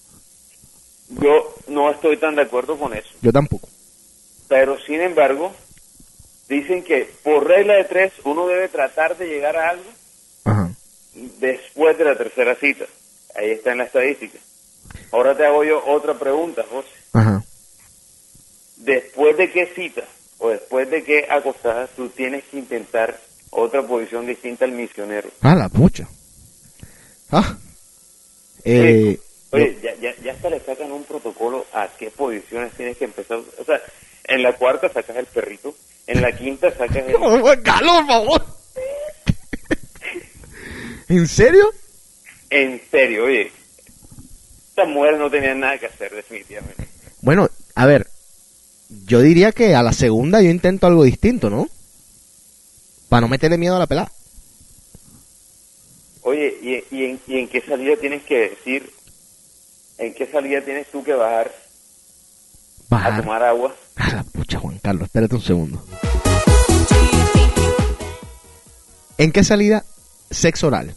Yo no estoy tan de acuerdo con eso, Yo tampoco. pero sin embargo, dicen que por regla de 3 uno debe tratar de llegar a algo Ajá. después de la tercera cita. Ahí está en la estadística. Ahora te hago yo otra pregunta, José. Ajá. ¿Después de qué cita o después de qué acostada tú tienes que intentar otra posición distinta al misionero? Ah, la pucha. Ah. Oye, ya hasta le sacan un protocolo a qué posiciones tienes que empezar. O sea, en la cuarta sacas el perrito, en la quinta sacas el... ¡Calor, por favor! ¿En serio? En serio, oye. Estas mujeres no tenían nada que hacer, definitivamente. Bueno, a ver. Yo diría que a la segunda yo intento algo distinto, ¿no? Para no meterle miedo a la pelada. Oye, ¿y en qué salida tienes que decir? ¿En qué salida tienes tú que bajar a tomar agua? Ah, la pucha, Juan Carlos, espérate un segundo. ¿En qué salida? Sexo oral.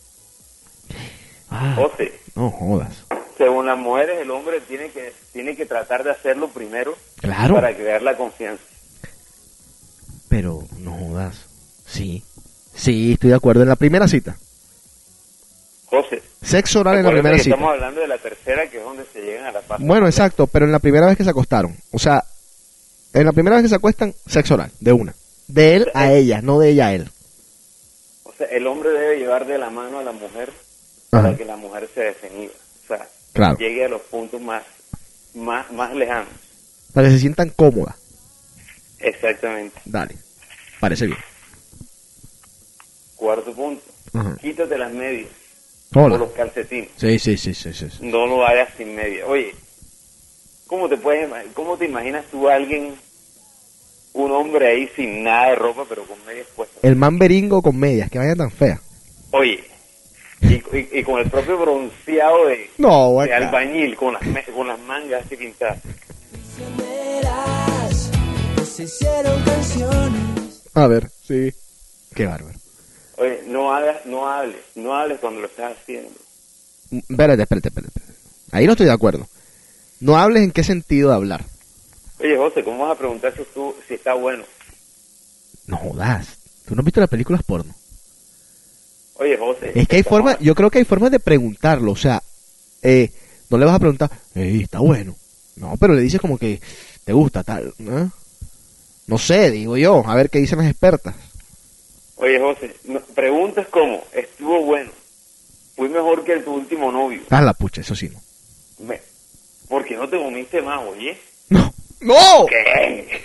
Ah, José, no jodas. según las mujeres, el hombre tiene que tratar de hacerlo primero Claro. para crear la confianza. Pero no jodas. Sí. Sí, estoy de acuerdo. En la primera cita. José, Sexo oral en la acuérdate primera que cita. estamos hablando de la tercera, que es donde se llegan a la fase. Bueno, exacto, pero en la primera vez que se acostaron. O sea, en la primera vez que se acuestan, sexo oral, de una. De él a ella, no de ella a él. O sea, el hombre debe llevar de la mano a la mujer para Ajá. que la mujer se desinhiba. O sea, Claro. llegue a los puntos más lejanos. Para que se sientan cómodas. Exactamente. Dale. Parece bien. Cuarto punto. Ajá. Quítate las medias o Hola. los calcetines. Sí. No lo hagas sin media. Oye, ¿cómo te imaginas tú a alguien, un hombre ahí sin nada de ropa, pero con medias puestas? El man beringo con medias, que vaya tan fea. Oye, y con el propio bronceado No, de Juan Carlos. albañil, con las mangas así pintadas. Prisioneras, se hicieron canciones. A ver, sí. Qué bárbaro. Oye, no hables cuando lo estás haciendo. Espérate. Ahí no estoy de acuerdo. No hables en qué sentido de hablar. Oye, José, ¿cómo vas a preguntar si está bueno? No jodas. ¿Tú no has visto las películas porno? Oye, José. Es que hay formas, yo creo que hay formas de preguntarlo. O sea, no le vas a preguntar, está bueno. No, pero le dices como que te gusta tal, ¿no? No sé, digo yo, a ver qué dicen las expertas. Oye, José, preguntas como, ¿estuvo bueno? ¿Fui mejor que tu último novio? Ah, la pucha, eso sí no. ¿Por qué no te comiste más, oye? ¡No! ¡No! ¿Qué?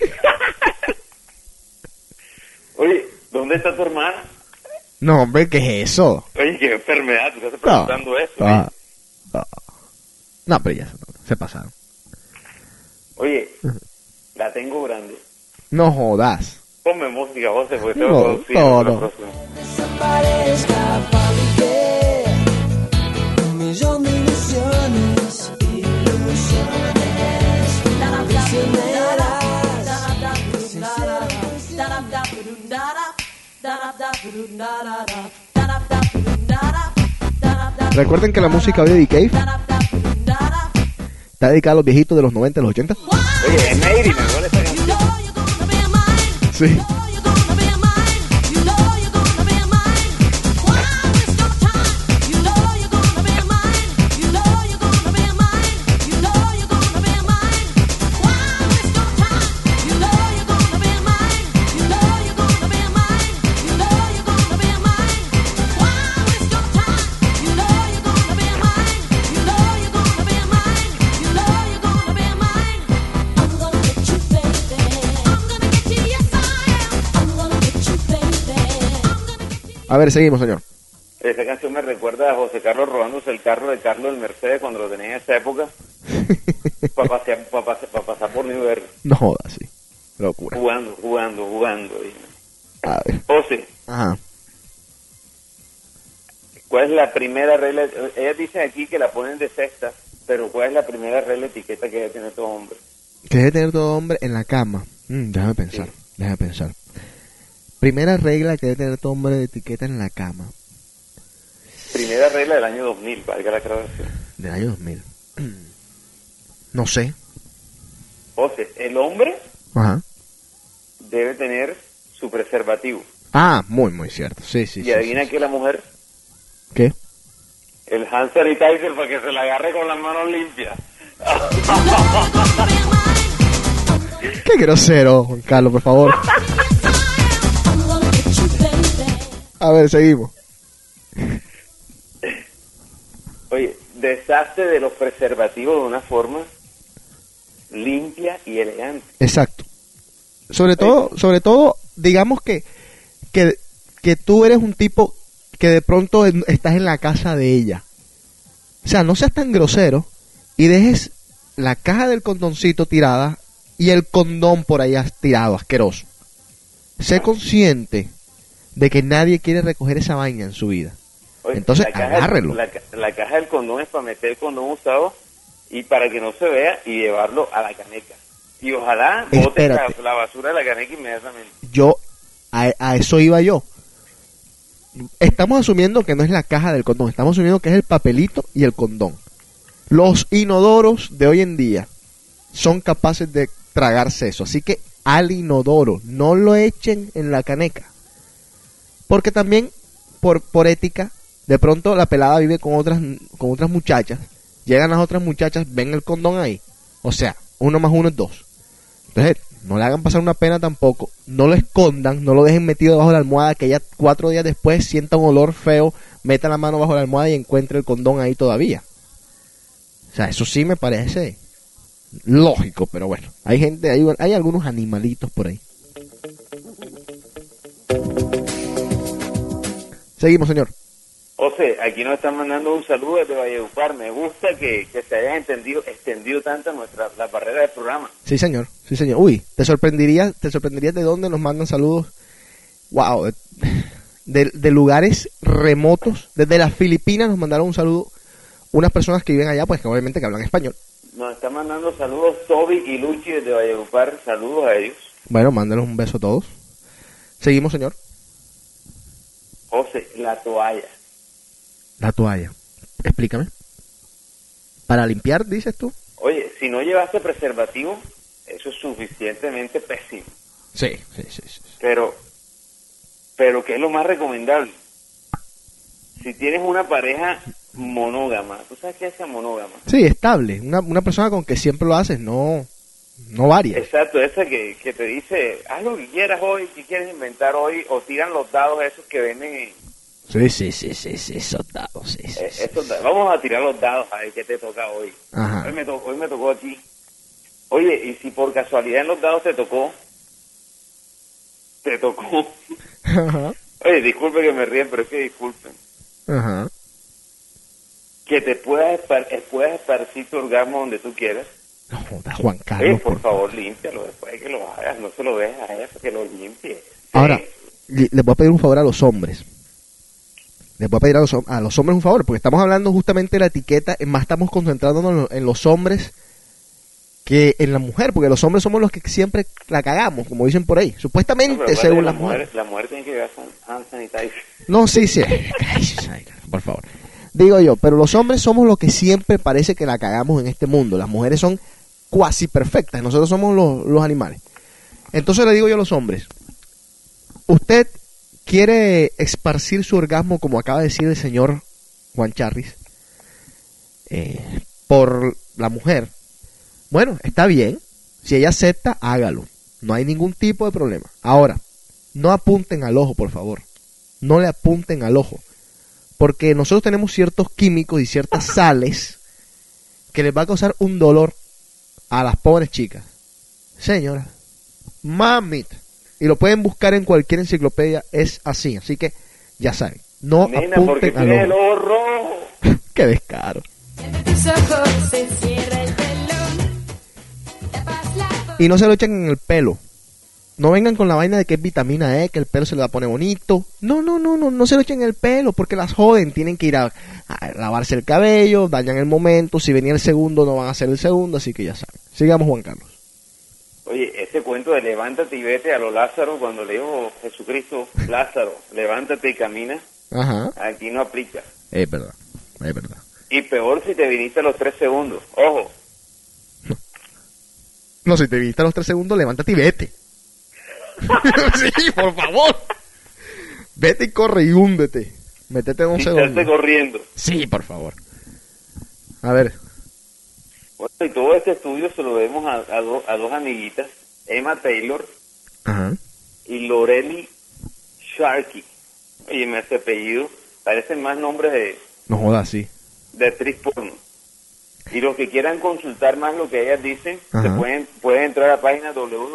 Oye, ¿dónde está tu hermana? No, hombre, ¿qué es eso? Oye, qué enfermedad, tú estás preguntando eso. Ah, ah. No, pero ya se pasaron. Oye, la tengo grande. No jodas. Ponme música, José, porque No, tengo que producir no, para la no. próxima. Desaparezca, fabriqué un millón de ilusiones. Recuerden que la música hoy de D-Cave está dedicada a los viejitos de los 90 y los 80. Oye, Neyri, me duele esta canción. Sí. A ver, seguimos, señor. Esa canción me recuerda a José Carlos robándose el carro de Carlos del Mercedes cuando lo tenía en esa época para pasar por New York, No jodas, sí. Locura. jugando. A ver. José, Ajá. ¿cuál es la primera regla? Ellas dicen aquí que la ponen de sexta, pero ¿cuál es la primera regla de etiqueta que debe tener todo hombre? Que debe tener todo hombre en la cama. Déjame pensar. Primera regla que debe tener todo hombre de etiqueta en la cama. Primera regla del año 2000, valga la aclaración. Del año 2000. No sé. José, el hombre Ajá. debe tener su preservativo. Ah, muy cierto. Sí. Y adivina que la mujer, ¿Qué? el hand sanitizer para que se la agarre con las manos limpias. Qué grosero, Juan Carlos, por favor. A ver, seguimos. Oye, deshazte de los preservativos de una forma limpia y elegante. Exacto. Sobre todo, digamos que tú eres un tipo que de pronto estás en la casa de ella. O sea, no seas tan grosero y dejes la caja del condoncito tirada y el condón por ahí tirado, asqueroso. Sé consciente de que nadie quiere recoger esa vaina en su vida. Oye, Entonces, la caja, agárrelo. La caja del condón es para meter el condón usado y para que no se vea y llevarlo a la caneca. Y ojalá bote Espérate. la basura de la caneca inmediatamente. A eso iba yo. Estamos asumiendo que no es la caja del condón, estamos asumiendo que es el papelito y el condón. Los inodoros de hoy en día son capaces de tragarse eso, así que al inodoro, no lo echen en la caneca. Porque también, por ética, de pronto la pelada vive con otras muchachas, llegan las otras muchachas, ven el condón ahí, o sea, 1 más 1 es 2. Entonces, no le hagan pasar una pena tampoco, no lo escondan, no lo dejen metido debajo de la almohada, que ella 4 días después sienta un olor feo, meta la mano bajo la almohada y encuentre el condón ahí todavía. O sea, eso sí me parece lógico, pero bueno, hay algunos animalitos por ahí. Seguimos, señor. José, aquí nos están mandando un saludo desde Valledupar. Me gusta que se haya extendido tanto la barrera del programa. Sí, señor. Uy, te sorprenderías de dónde nos mandan saludos. Wow, de lugares remotos. Desde las Filipinas nos mandaron un saludo unas personas que viven allá, pues que obviamente que hablan español. Nos están mandando saludos Toby y Luchi desde Valledupar. Saludos a ellos. Bueno, mándanos un beso a todos. Seguimos, señor. José, la toalla. La toalla. Explícame. ¿Para limpiar, dices tú? Oye, si no llevaste preservativo, eso es suficientemente pésimo. Sí. Pero ¿qué es lo más recomendable? Si tienes una pareja monógama, ¿tú sabes qué es esa monógama? Sí, estable. Una persona con que siempre lo haces, no varia. Exacto, esa que te dice, haz lo que quieras hoy, que quieres inventar hoy, o tiran los dados esos que venden en... Sí, esos dados, sí. Vamos a tirar los dados a ver qué te toca hoy. Ajá. Hoy me tocó aquí. Oye, y si por casualidad en los dados te tocó. Ajá. Oye, disculpe que me ríen, pero es que disculpen. Ajá. Que te puedas esparcir tu orgasmo donde tú quieras. No jodas, Juan Carlos. Oye, por favor, límpialo después de que lo hagas. No se lo dejes a eso, que lo limpie. Ahora, les voy a pedir un favor a los hombres. Les voy a pedir a los hombres un favor, porque estamos hablando justamente de la etiqueta, más estamos concentrándonos en los hombres que en la mujer, porque los hombres somos los que siempre la cagamos, como dicen por ahí, supuestamente, según las mujeres. La mujer tiene que llevar hand sanitizer. No, sí. Ay, por favor. Digo yo, pero los hombres somos los que siempre parece que la cagamos en este mundo. Las mujeres son cuasi perfectas, nosotros somos los animales. Entonces le digo yo a los hombres, usted quiere esparcir su orgasmo, como acaba de decir el señor Juan Charris, por la mujer. Bueno, está bien. Si ella acepta, hágalo. No hay ningún tipo de problema. Ahora, no apunten al ojo, por favor. No le apunten al ojo. Porque nosotros tenemos ciertos químicos y ciertas sales que les va a causar un dolor a las pobres chicas. Señora, mamita. Y lo pueden buscar en cualquier enciclopedia, es así. Así que Ya saben, no Nena, apunten porque al tienes el ojo. ojo rojo. Qué descaro. Tus ojos se cierra el telón. Tapas la boca. Y no se lo echen en el pelo. No vengan con la vaina de que es vitamina E, que el pelo se le va a poner bonito. No se lo echen en el pelo porque las joden. Tienen que ir a lavarse el cabello, dañan el momento. Si venía el segundo, no van a hacer el segundo, así que ya saben. Sigamos, Juan Carlos. Oye, ese cuento de levántate y vete a lo Lázaro, cuando le dijo Jesucristo, Lázaro, levántate y camina, Ajá. aquí no aplica. Es verdad. Y peor si te viniste a los 3 segundos. Ojo, No, si te viste a los 3 segundos, levántate y vete. Sí, por favor. Vete y corre y húndete. Métete en un si estás segundo. corriendo. Sí, por favor. A ver. Bueno, y todo este estudio se lo debemos a dos amiguitas, Emma Taylor Ajá. y Lorelei Sharkey. Oye, me hace apellido, parecen más nombres No jodas, sí. de actriz porno. Y los que quieran consultar más lo que ellas dicen, Ajá. se pueden entrar a la página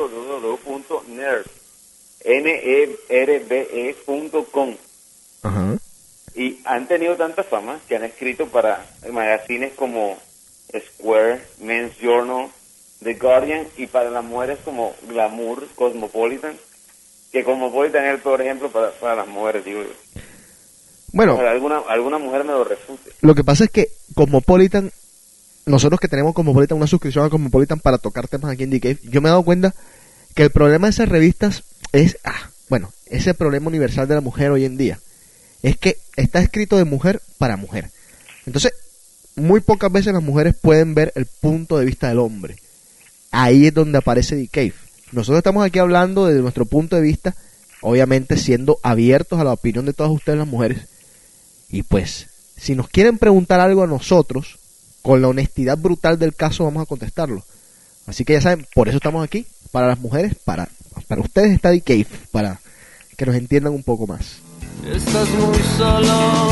www.nerve.com. Ajá. Y han tenido tanta fama que han escrito para magazines como Square, Men's Journal, The Guardian, y para las mujeres como Glamour, Cosmopolitan, que Cosmopolitan es el peor ejemplo para las mujeres, digo yo. Bueno, Ojalá alguna mujer me lo refute. lo que pasa es que Cosmopolitan, nosotros que tenemos Cosmopolitan, una suscripción a Cosmopolitan para tocar temas aquí en The Cave, yo me he dado cuenta que el problema de esas revistas es, ese problema universal de la mujer hoy en día, es que está escrito de mujer para mujer. Entonces, muy pocas veces las mujeres pueden ver el punto de vista del hombre. Ahí es donde aparece The Cave. Nosotros estamos aquí hablando desde nuestro punto de vista, obviamente siendo abiertos a la opinión de todas ustedes las mujeres. Y pues, si nos quieren preguntar algo a nosotros, con la honestidad brutal del caso vamos a contestarlo. Así que ya saben, por eso estamos aquí, para las mujeres, para ustedes está The Cave, para que nos entiendan un poco más. Estás muy solo.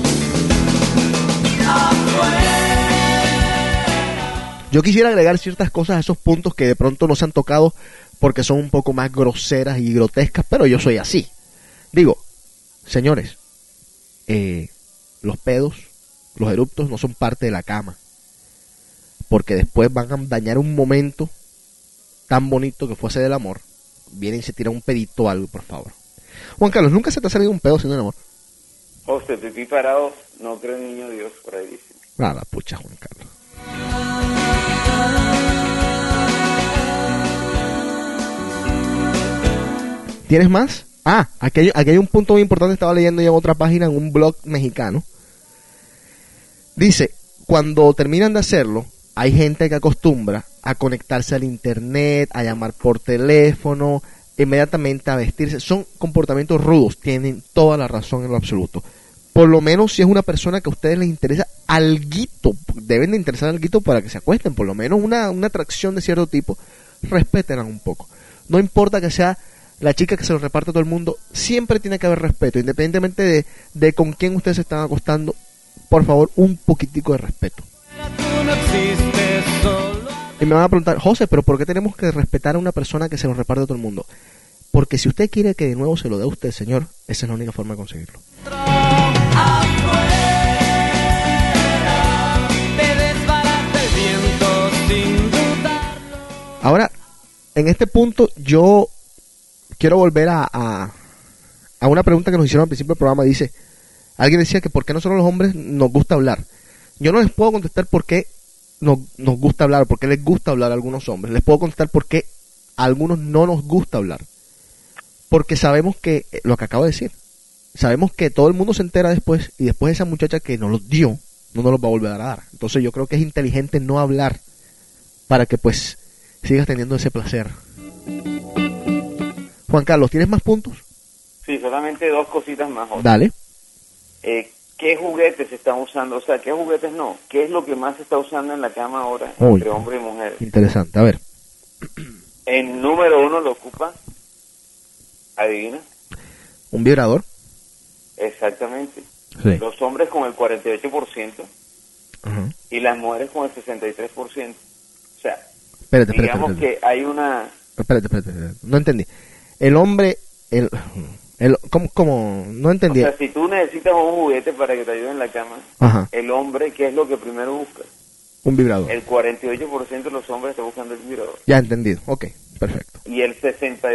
Yo quisiera agregar ciertas cosas a esos puntos que de pronto no se han tocado porque son un poco más groseras y grotescas, pero yo soy así. Digo, señores, los pedos, los eruptos no son parte de la cama, porque después van a dañar un momento tan bonito que fuese del amor. Vienen y se tiran un pedito o algo, por favor. Juan Carlos, ¿nunca se te ha salido un pedo siendo el amor? José, pipí parado, no creo en niño Dios, por ahí dice. Ah, la pucha, Juan Carlos. ¿Tienes más? Ah, aquí hay un punto muy importante, estaba leyendo ya en otra página, en un blog mexicano. Dice, cuando terminan de hacerlo, hay gente que acostumbra a conectarse al internet, a llamar por teléfono, inmediatamente a vestirse. Son comportamientos rudos, tienen toda la razón en lo absoluto. Por lo menos si es una persona que a ustedes les interesa alguito, deben de interesar alguito para que se acuesten, por lo menos una atracción de cierto tipo, respétenla un poco. No importa que sea la chica que se lo reparte a todo el mundo, siempre tiene que haber respeto, independientemente de con quién ustedes se están acostando. Por favor, un poquitico de respeto. Tú no existes, solo. Y me van a preguntar, José, ¿pero por qué tenemos que respetar a una persona que se lo reparte a todo el mundo? Porque si usted quiere que de nuevo se lo dé a usted, señor, esa es la única forma de conseguirlo. Te desbarata el viento sin dudarlo. Ahora, en este punto, yo quiero volver a una pregunta que nos hicieron al principio del programa. Dice, alguien decía que por qué nosotros los hombres nos gusta hablar. Yo no les puedo contestar por qué nos gusta hablar, por qué les gusta hablar a algunos hombres. Les puedo contestar por qué a algunos no nos gusta hablar. Porque sabemos que, lo que acabo de decir, sabemos que todo el mundo se entera después, y después esa muchacha que nos los dio, no nos los va a volver a dar. Entonces yo creo que es inteligente no hablar, para que pues sigas teniendo ese placer. Juan Carlos, ¿tienes más puntos? Sí, solamente dos cositas más. José. Dale. ¿Qué juguetes se están usando? O sea, ¿qué juguetes no? ¿Qué es lo que más se está usando en la cama ahora Uy, entre hombre y mujer? interesante, a ver. En número 1 lo ocupa, adivina, ¿Un vibrador? exactamente. Sí. Los hombres con el 48% Ajá. y las mujeres con el 63%. O sea, Espérate. digamos que hay una... Espérate. No entendí. El hombre ¿Cómo? No O entendí. sea, si tú necesitas un juguete para que te ayude en la cama, Ajá, el hombre, ¿qué es lo que primero busca? un vibrador. El 48% de los hombres está buscando el vibrador. Ya entendido. Ok, perfecto. Y el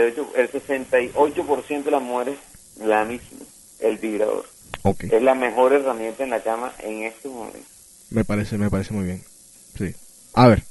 68% de las mujeres, la misma, el vibrador. Ok, Es la mejor herramienta en la cama en este momento. me parece muy bien. Sí. A ver.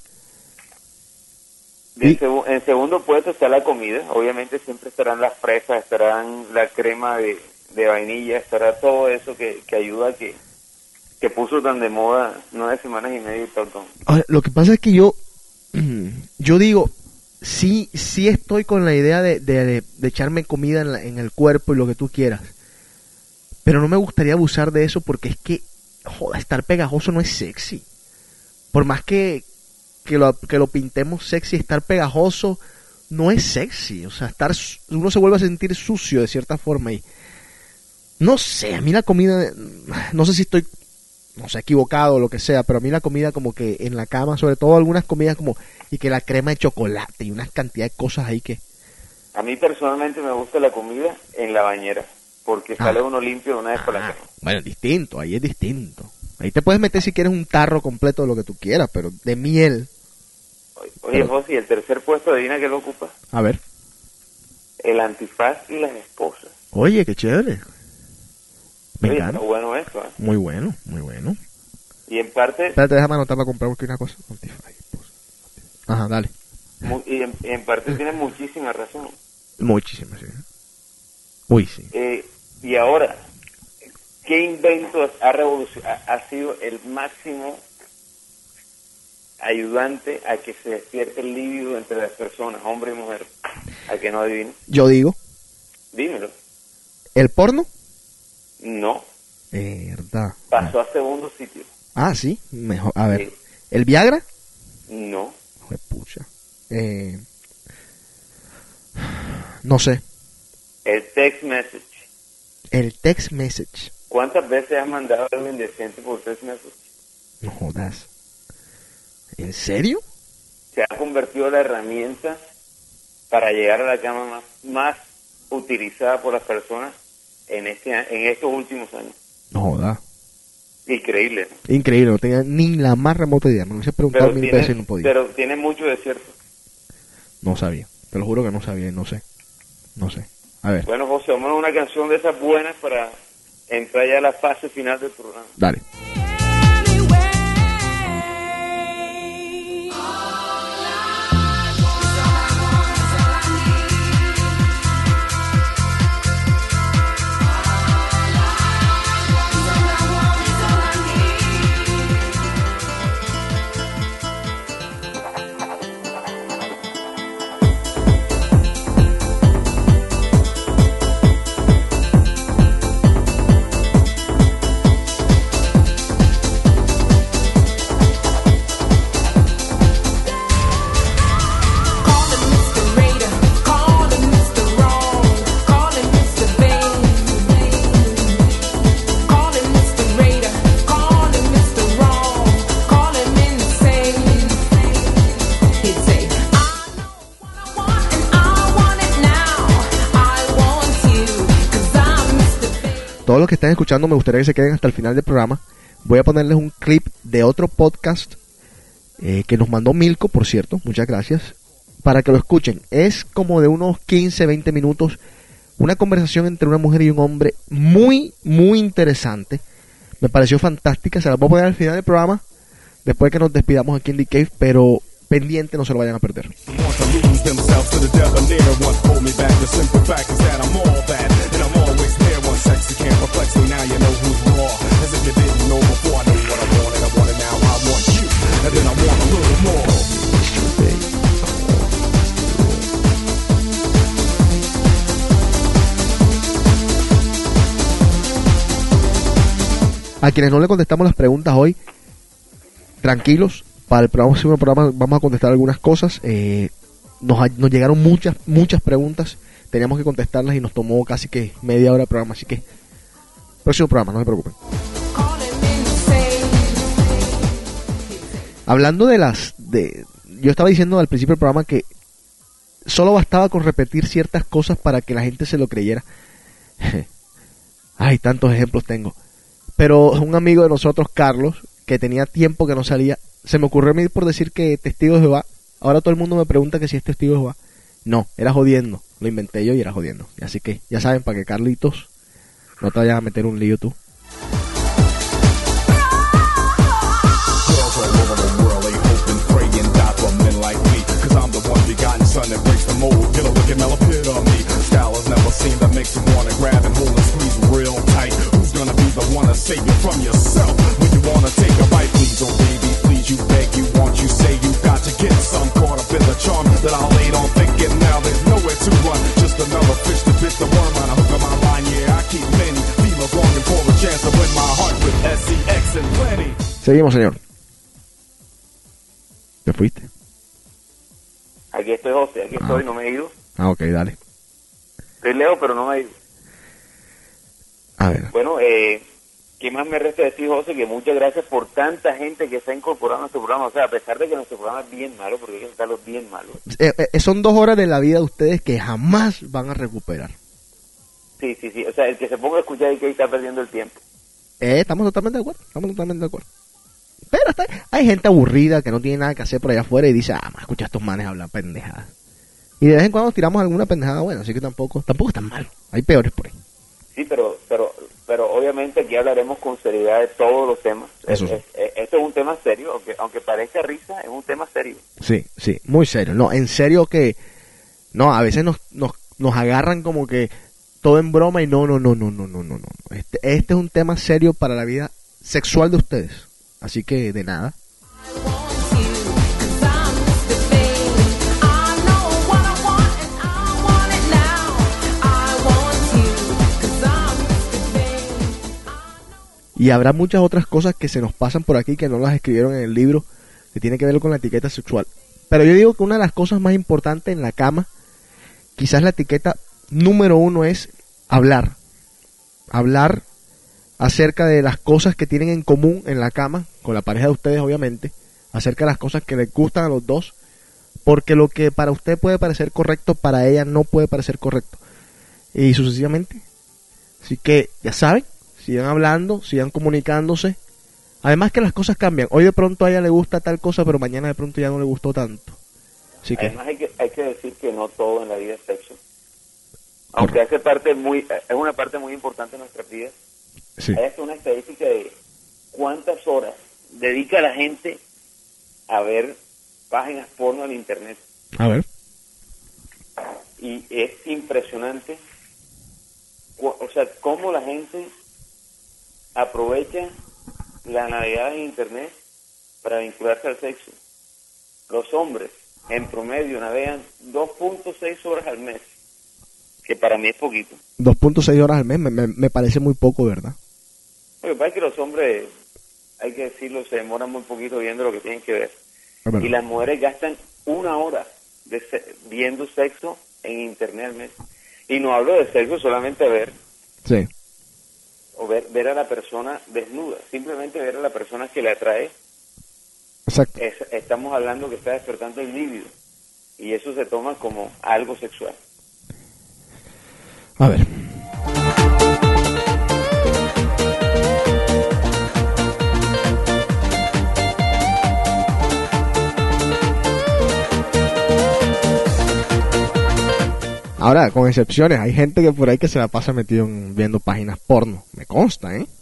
Y Y- en segundo puesto está la comida. Obviamente siempre estarán las fresas, estarán la crema de vainilla, estará todo eso que ayuda a que puso tan de moda 9 semanas y media y todo. Ahora, lo que pasa es que yo digo, sí estoy con la idea de echarme comida en el cuerpo y lo que tú quieras, pero no me gustaría abusar de eso porque es que, joda, estar pegajoso no es sexy. Por más que lo pintemos sexy, estar pegajoso no es sexy. O sea, uno se vuelve a sentir sucio de cierta forma y no sé, a mí la comida, no sé si estoy, no sé, equivocado o lo que sea, pero a mí la comida como que en la cama, sobre todo algunas comidas como, y que la crema de chocolate y una cantidad de cosas ahí que... A mí personalmente me gusta la comida en la bañera, porque sale uno limpio de una vez por la cama. Bueno, distinto, ahí es distinto. Ahí te puedes meter si quieres un tarro completo de lo que tú quieras, pero de miel. Oye, José, ¿y el tercer puesto adivina qué lo ocupa? A ver. El antifaz y las esposas. Oye, qué chévere. Me Oye, encanta. está bueno eso, ¿eh? Muy bueno, muy bueno. Y en parte, Espérate, déjame anotar para comprar porque una cosa. Antifaz. Ajá, dale. y en parte tiene muchísima razón. Muchísimas, sí. Uy, sí. Y ahora, ¿qué invento ha sido el máximo ayudante a que se despierte el líbido entre las personas, hombre y mujer? ¿A que no adivines? Yo digo, Dímelo. ¿el porno? No, Verdad. pasó a segundo sitio. Ah, sí, mejor. A ver. Sí. ¿El Viagra? No, Pucha. No sé. el text message. El text message. ¿Cuántas veces has mandado algo indecente por text message? No jodas. ¿En serio? Se ha convertido en la herramienta para llegar a la cama más utilizada por las personas en estos últimos años. No jodas. Increíble, ¿no? Increíble, no tenía ni la más remota idea. Me lo hubiese preguntado mil veces y no podía. pero tiene mucho de cierto. No sabía. Te lo juro que no sabía. No sé. A ver, Bueno, José, vamos a una canción de esas buenas para entrar ya a la fase final del programa. dale. Call him Mr. Raider, call him Mr. Wrong, call him Mr. Vain. Call him Mr. Raider, call him Mr. Wrong, call him insane. He'd say, I know what I want and I want it now. I want you, 'cause I'm Mr. Vain. Todos los que están escuchando me gustaría que se queden hasta el final del programa. Voy a ponerles un clip de otro podcast que nos mandó Milko, por cierto. Muchas gracias. Para que lo escuchen. Es como de unos 15, 20 minutos. Una conversación entre una mujer y un hombre muy, muy interesante. Me pareció fantástica. Se la voy a poner al final del programa. Después que nos despidamos aquí en The Cave. Pero pendiente, no se lo vayan a perder. Want to lose themselves to the debonair. What hold me back? The simple fact is that I'm all that, and I'm always there. One sexy can't perplex me. Now you know who's raw. As if you didn't know before. I know what I want and I want it now. I want you, and then I want a little more. A quienes no le contestamos las preguntas hoy, tranquilos, para el próximo programa vamos a contestar algunas cosas. Nos llegaron muchas preguntas, teníamos que contestarlas y nos tomó casi que media hora de programa, así que próximo programa, no se preocupen. Call him insane. Hablando yo estaba diciendo al principio del programa que solo bastaba con repetir ciertas cosas para que la gente se lo creyera. Ay, tantos ejemplos tengo. Pero un amigo de nosotros, Carlos, que tenía tiempo que no salía, se me ocurrió a mí por decir que testigo de Jehová. Ahora todo el mundo me pregunta que si es testigo de Jehová. No, era jodiendo. Lo inventé yo y era jodiendo. Así que ya saben, para que Carlitos no te vayas a meter un lío tú. Girls all over the world, they hope and pray and die for men like me. Cause I'm the one begotten son that breaks the mold. Get a look at Mel epitome. Style has never seen that makes you wanna grab and hold and squeeze real tight. Who's gonna be the one to save you from yourself? When you wanna take a bite, please, oh baby, please, you beg, you want, you say you got to get some. Caught up in the charm that I laid on thinking now there's nowhere to run. Just another fish to bit the worm on a hook of my line. Yeah, I keep many females longing for a chance to win my heart with SEX and plenty. Seguimos, señor. ¿Te fuiste? Aquí estoy, José, aquí estoy, no me he ido. Ah, ok, dale. Estoy lejos, pero no me he ido. A ver. Bueno, ¿qué más me resta decir, José? Que muchas gracias por tanta gente que se ha incorporado a nuestro programa. O sea, a pesar de que nuestro programa es bien malo, porque hay que sacarlo bien malo. Son 2 horas de la vida de ustedes que jamás van a recuperar. Sí. O sea, el que se ponga a escuchar y que está perdiendo el tiempo. Estamos totalmente de acuerdo. Pero hay gente aburrida que no tiene nada que hacer por allá afuera y dice, me escucha a estos manes hablar pendejadas. Y de vez en cuando tiramos alguna pendejada buena, así que tampoco es tan malo. Hay peores por ahí. Sí, pero obviamente aquí hablaremos con seriedad de todos los temas. Eso sí. Esto es un tema serio, aunque parezca risa, es un tema serio. Sí, muy serio. No, en serio que... No, a veces nos agarran como que todo en broma y no. Este es un tema serio para la vida sexual de ustedes. Así que de nada. Y habrá muchas otras cosas que se nos pasan por aquí que no las escribieron en el libro, que tiene que ver con la etiqueta sexual. Pero yo digo que una de las cosas más importantes en la cama, quizás la etiqueta número 1 es hablar. Hablar acerca de las cosas que tienen en común en la cama, con la pareja de ustedes obviamente, acerca de las cosas que les gustan a los dos, porque lo que para usted puede parecer correcto, para ella no puede parecer correcto. Y sucesivamente. Así que, ya saben, sigan hablando, sigan comunicándose. Además que las cosas cambian. Hoy de pronto a ella le gusta tal cosa, pero mañana de pronto ya no le gustó tanto. Así que... Además hay que decir que no todo en la vida es sexo. Aunque es una parte muy importante de nuestras vidas. Sí. Hay hasta una estadística de cuántas horas dedica la gente a ver páginas porno en internet. A ver. Y es impresionante, o sea, cómo la gente aprovecha la navegada en internet para vincularse al sexo. Los hombres, en promedio, navegan 2.6 horas al mes, que para mí es poquito. 2.6 horas al mes me parece muy poco, ¿verdad? Lo que pasa es que los hombres, hay que decirlo, se demoran muy poquito viendo lo que tienen que ver. Y las mujeres gastan 1 hora viendo sexo en internet al mes. Y no hablo de sexo solamente ver. Sí. O ver a la persona desnuda, simplemente ver a la persona que le atrae. Exacto. Estamos hablando que está despertando el líbido, y eso se toma como algo sexual. A ver. Ahora, con excepciones, hay gente que por ahí que se la pasa metido viendo páginas porno. Me consta, ¿eh?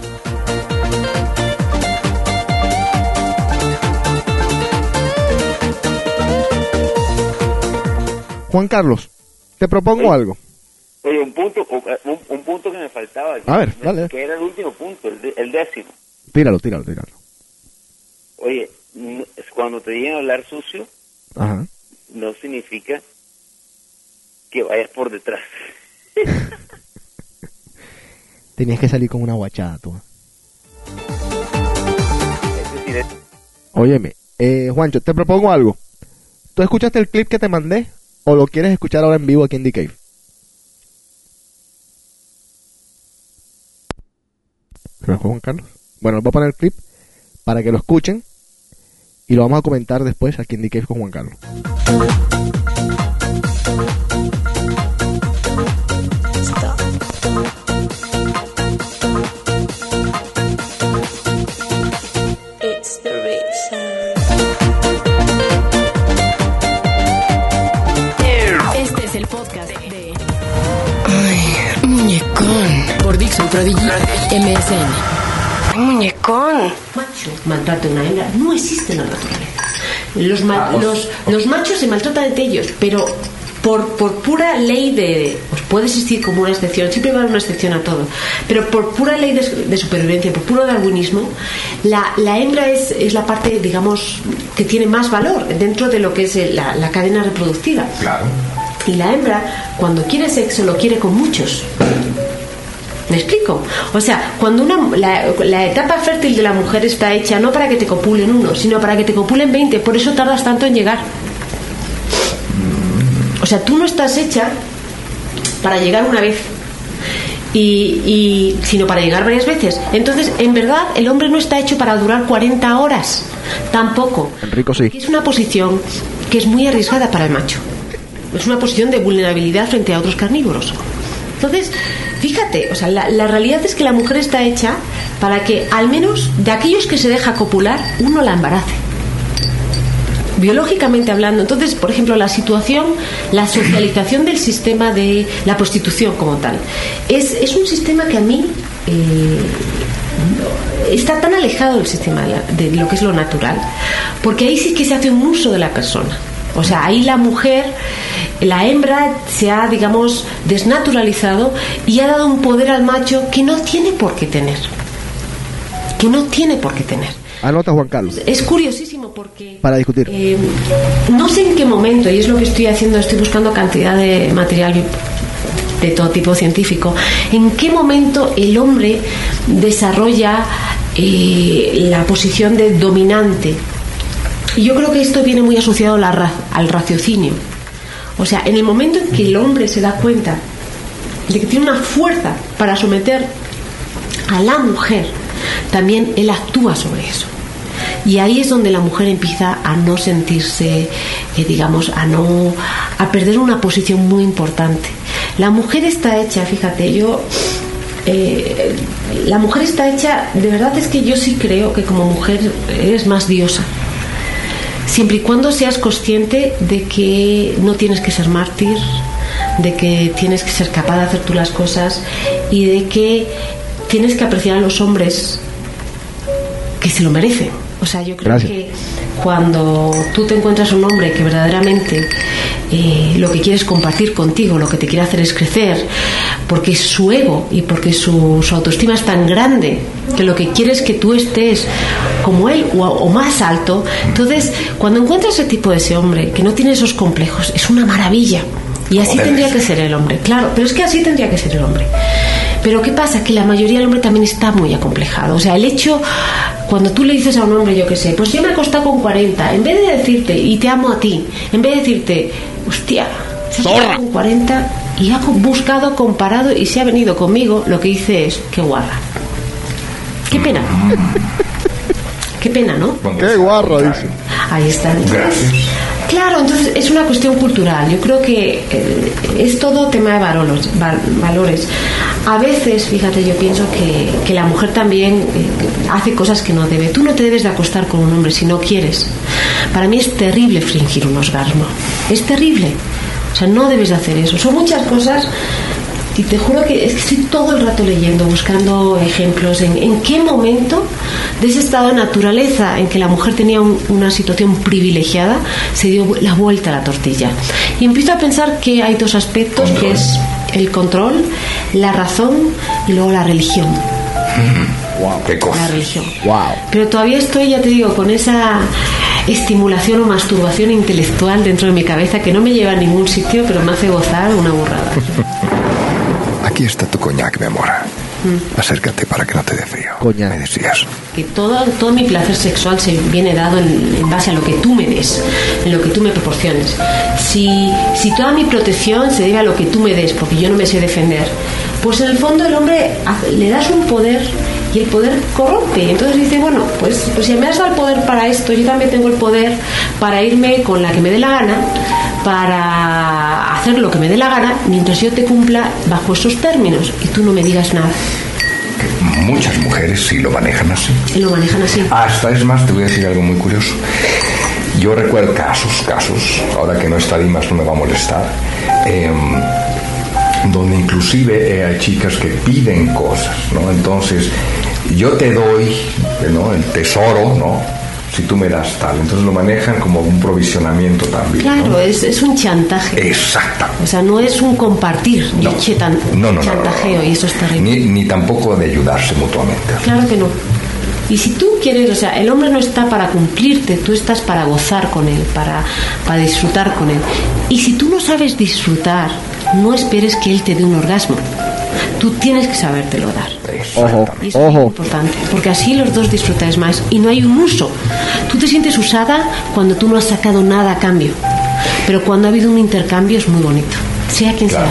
Juan Carlos, te propongo algo. Oye, un punto que me faltaba. A ver, dale. Que era el último punto, el 10º. Tíralo. Oye, cuando te digan hablar sucio, Ajá. no significa que vayas por detrás. Tenías que salir con una guachada, tú. Es decir, Óyeme, Juancho, te propongo algo. ¿Tú escuchaste el clip que te mandé o lo quieres escuchar ahora en vivo aquí en The Cave? ¿Se me fue Juan Carlos? Bueno, les voy a poner el clip para que lo escuchen y lo vamos a comentar después aquí en The Cave con Juan Carlos. Stop. Prodigy MSN. ¡Ay, muñecón! Macho maltrata a una hembra, no existe en la naturaleza. Los machos se maltratan entre ellos, pero por pura ley pues puede existir como una excepción, siempre va a haber una excepción a todo, pero por pura ley de supervivencia, por puro darwinismo, la hembra es la parte, digamos, que tiene más valor dentro de lo que es la cadena reproductiva. Claro. Y la hembra, cuando quiere sexo, lo quiere con muchos. ¿Me explico? O sea, cuando la etapa fértil de la mujer está hecha no para que te copulen uno, sino para que te copulen 20, por eso tardas tanto en llegar. O sea, tú no estás hecha para llegar una vez, sino para llegar varias veces. Entonces, en verdad, el hombre no está hecho para durar 40 horas, tampoco. Enrico, sí. Es una posición que es muy arriesgada para el macho. Es una posición de vulnerabilidad frente a otros carnívoros. Entonces, fíjate, o sea, la realidad es que la mujer está hecha para que, al menos de aquellos que se deja copular, uno la embarace, biológicamente hablando. Entonces, por ejemplo, la socialización del sistema de la prostitución como tal es un sistema que a mí está tan alejado del sistema de lo que es lo natural, porque ahí sí que se hace un uso de la persona. O sea, ahí la mujer, la hembra, se ha, digamos, desnaturalizado y ha dado un poder al macho que no tiene por qué tener. Anota, Juan Carlos. Es curiosísimo porque... Para discutir. No sé en qué momento, y es lo que estoy haciendo, estoy buscando cantidad de material de todo tipo científico, en qué momento el hombre desarrolla la posición de dominante. Y yo creo que esto viene muy asociado al raciocinio. O sea, en el momento en que el hombre se da cuenta de que tiene una fuerza para someter a la mujer, también él actúa sobre eso. Y ahí es donde la mujer empieza a no sentirse, digamos, a perder una posición muy importante. La mujer está hecha, fíjate, la mujer está hecha, de verdad es que yo sí creo que como mujer eres más diosa. Siempre y cuando seas consciente de que no tienes que ser mártir, de que tienes que ser capaz de hacer tú las cosas y de que tienes que apreciar a los hombres que se lo merecen. O sea, yo creo que cuando tú te encuentras un hombre que verdaderamente lo que quiere es compartir contigo, lo que te quiere hacer es crecer, porque su ego y porque su autoestima es tan grande que lo que quiere es que tú estés como él o más alto. Entonces, cuando encuentras ese tipo de ese hombre que no tiene esos complejos, es una maravilla. Y así tendría que ser el hombre, claro, pero es que así tendría que ser el hombre. Pero ¿qué pasa? Que la mayoría del hombre también está muy acomplejado. O sea, el hecho, cuando tú le dices a un hombre, yo qué sé, pues yo me he acostado con 40, en vez de decirte, y te amo a ti, en vez de decirte, hostia, se ha acostado con 40 y ha buscado, comparado y se ha venido conmigo, lo que dice es, qué guarra. Qué pena. Qué pena, ¿no? Qué guarro, dice. Ahí está. Gracias. Claro, entonces es una cuestión cultural. Yo creo que es todo tema de valores. A veces, fíjate, yo pienso que la mujer también hace cosas que no debe. Tú no te debes de acostar con un hombre si no quieres. Para mí es terrible fingir un orgasmo. Es terrible. O sea, no debes de hacer eso. Son muchas cosas. Y te juro que estoy todo el rato leyendo, buscando ejemplos en qué momento de ese estado de naturaleza en que la mujer tenía una situación privilegiada se dio la vuelta a la tortilla. Y empiezo a pensar que hay dos aspectos, que es el control, la razón y luego la religión. Wow, qué cosa. La religión. Wow. Pero todavía estoy, ya te digo, con esa estimulación o masturbación intelectual dentro de mi cabeza que no me lleva a ningún sitio, pero me hace gozar una burrada. Aquí está tu coñac, mi amor. Acércate para que no te dé frío. Coñac. Me decías. Que todo mi placer sexual se viene dado en base a lo que tú me des, en lo que tú me proporciones. Si toda mi protección se debe a lo que tú me des, porque yo no me sé defender, pues en el fondo el hombre le das un poder y el poder corrompe. Entonces dice, bueno, pues si me has dado el poder para esto, yo también tengo el poder para irme con la que me dé la gana, para hacer lo que me dé la gana, mientras yo te cumpla bajo esos términos y tú no me digas nada. Muchas mujeres sí lo manejan así. Lo manejan así. Hasta es más, te voy a decir algo muy curioso. Yo recuerdo casos, ahora que no está Dimas no me va a molestar. donde inclusive hay chicas que piden cosas, ¿no? Entonces, yo te doy, ¿no?, el tesoro, ¿no?, si tú me das tal. Entonces lo manejan como un provisionamiento también. Claro, ¿no? es un chantaje. Exacto. O sea, no es un compartir, chantajeo, y eso es terrible. Ni tampoco de ayudarse mutuamente. Claro que no. Y si tú quieres, o sea, el hombre no está para cumplirte, tú estás para gozar con él, para disfrutar con él. Y si tú no sabes disfrutar, no esperes que él te dé un orgasmo. Tú tienes que sabértelo dar. Ojo, Y eso es muy importante, porque así los dos disfrutáis más y no hay un uso. Tú te sientes usada cuando tú no has sacado nada a cambio, pero cuando ha habido un intercambio es muy bonito, sea quien Claro.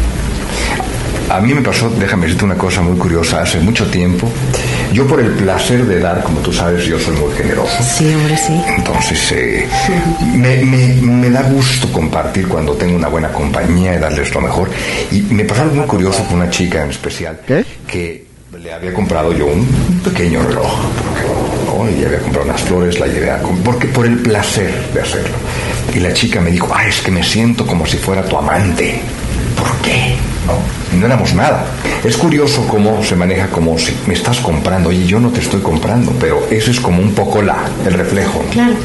sea. A mí me pasó, déjame decirte una cosa muy curiosa, hace mucho tiempo. Yo, por el placer de dar, como tú sabes, yo soy muy generoso. Sí, hombre, sí. Entonces, me da gusto compartir cuando tengo una buena compañía y darles lo mejor. Y me pasó algo muy curioso con una chica en especial. ¿Qué? Que le había comprado yo un pequeño reloj, ¿no? Y había comprado unas flores, la llevé porque por el placer de hacerlo. Y la chica me dijo, es que me siento como si fuera tu amante. ¿Por qué? No éramos nada. Es curioso cómo se maneja como si me estás comprando. Oye, yo no te estoy comprando, pero eso es como un poco el reflejo, ¿no? Claro.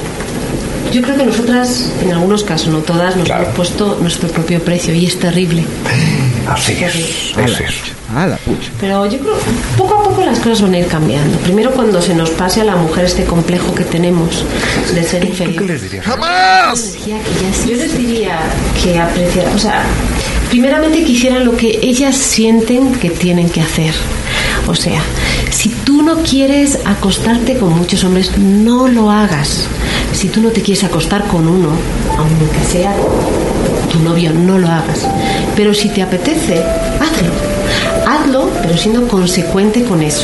Yo creo que nosotras, en algunos casos, no todas, nos hemos puesto nuestro propio precio y es terrible. Así es. Es eso. La pucha. Pero yo creo que poco a poco las cosas van a ir cambiando. Primero, cuando se nos pase a la mujer este complejo que tenemos de ser inferior. ¿Tú qué les dirías? ¡Jamás! Yo les diría que apreciaran, o sea, primeramente que hicieran lo que ellas sienten que tienen que hacer. O sea, si tú no quieres acostarte con muchos hombres, no lo hagas. Si tú no te quieres acostar con uno, aunque sea tu novio, no lo hagas. Pero si te apetece, hazlo. Hazlo, pero siendo consecuente con eso.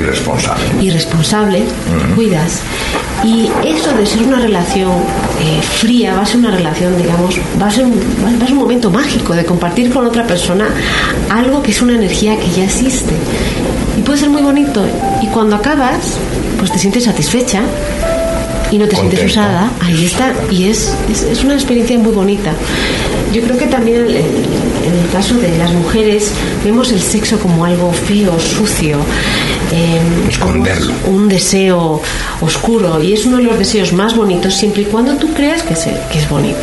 Y responsable, cuidas. Y eso de ser una relación fría va a ser una relación, digamos, va a ser un momento mágico de compartir con otra persona algo que es una energía que ya existe. Y puede ser muy bonito. Y cuando acabas, pues te sientes satisfecha y no te sientes usada. Ahí está. Y es una experiencia muy bonita. Yo creo que también en el caso de las mujeres vemos el sexo como algo feo, sucio, esconderlo, un deseo oscuro, y es uno de los deseos más bonitos siempre y cuando tú creas que es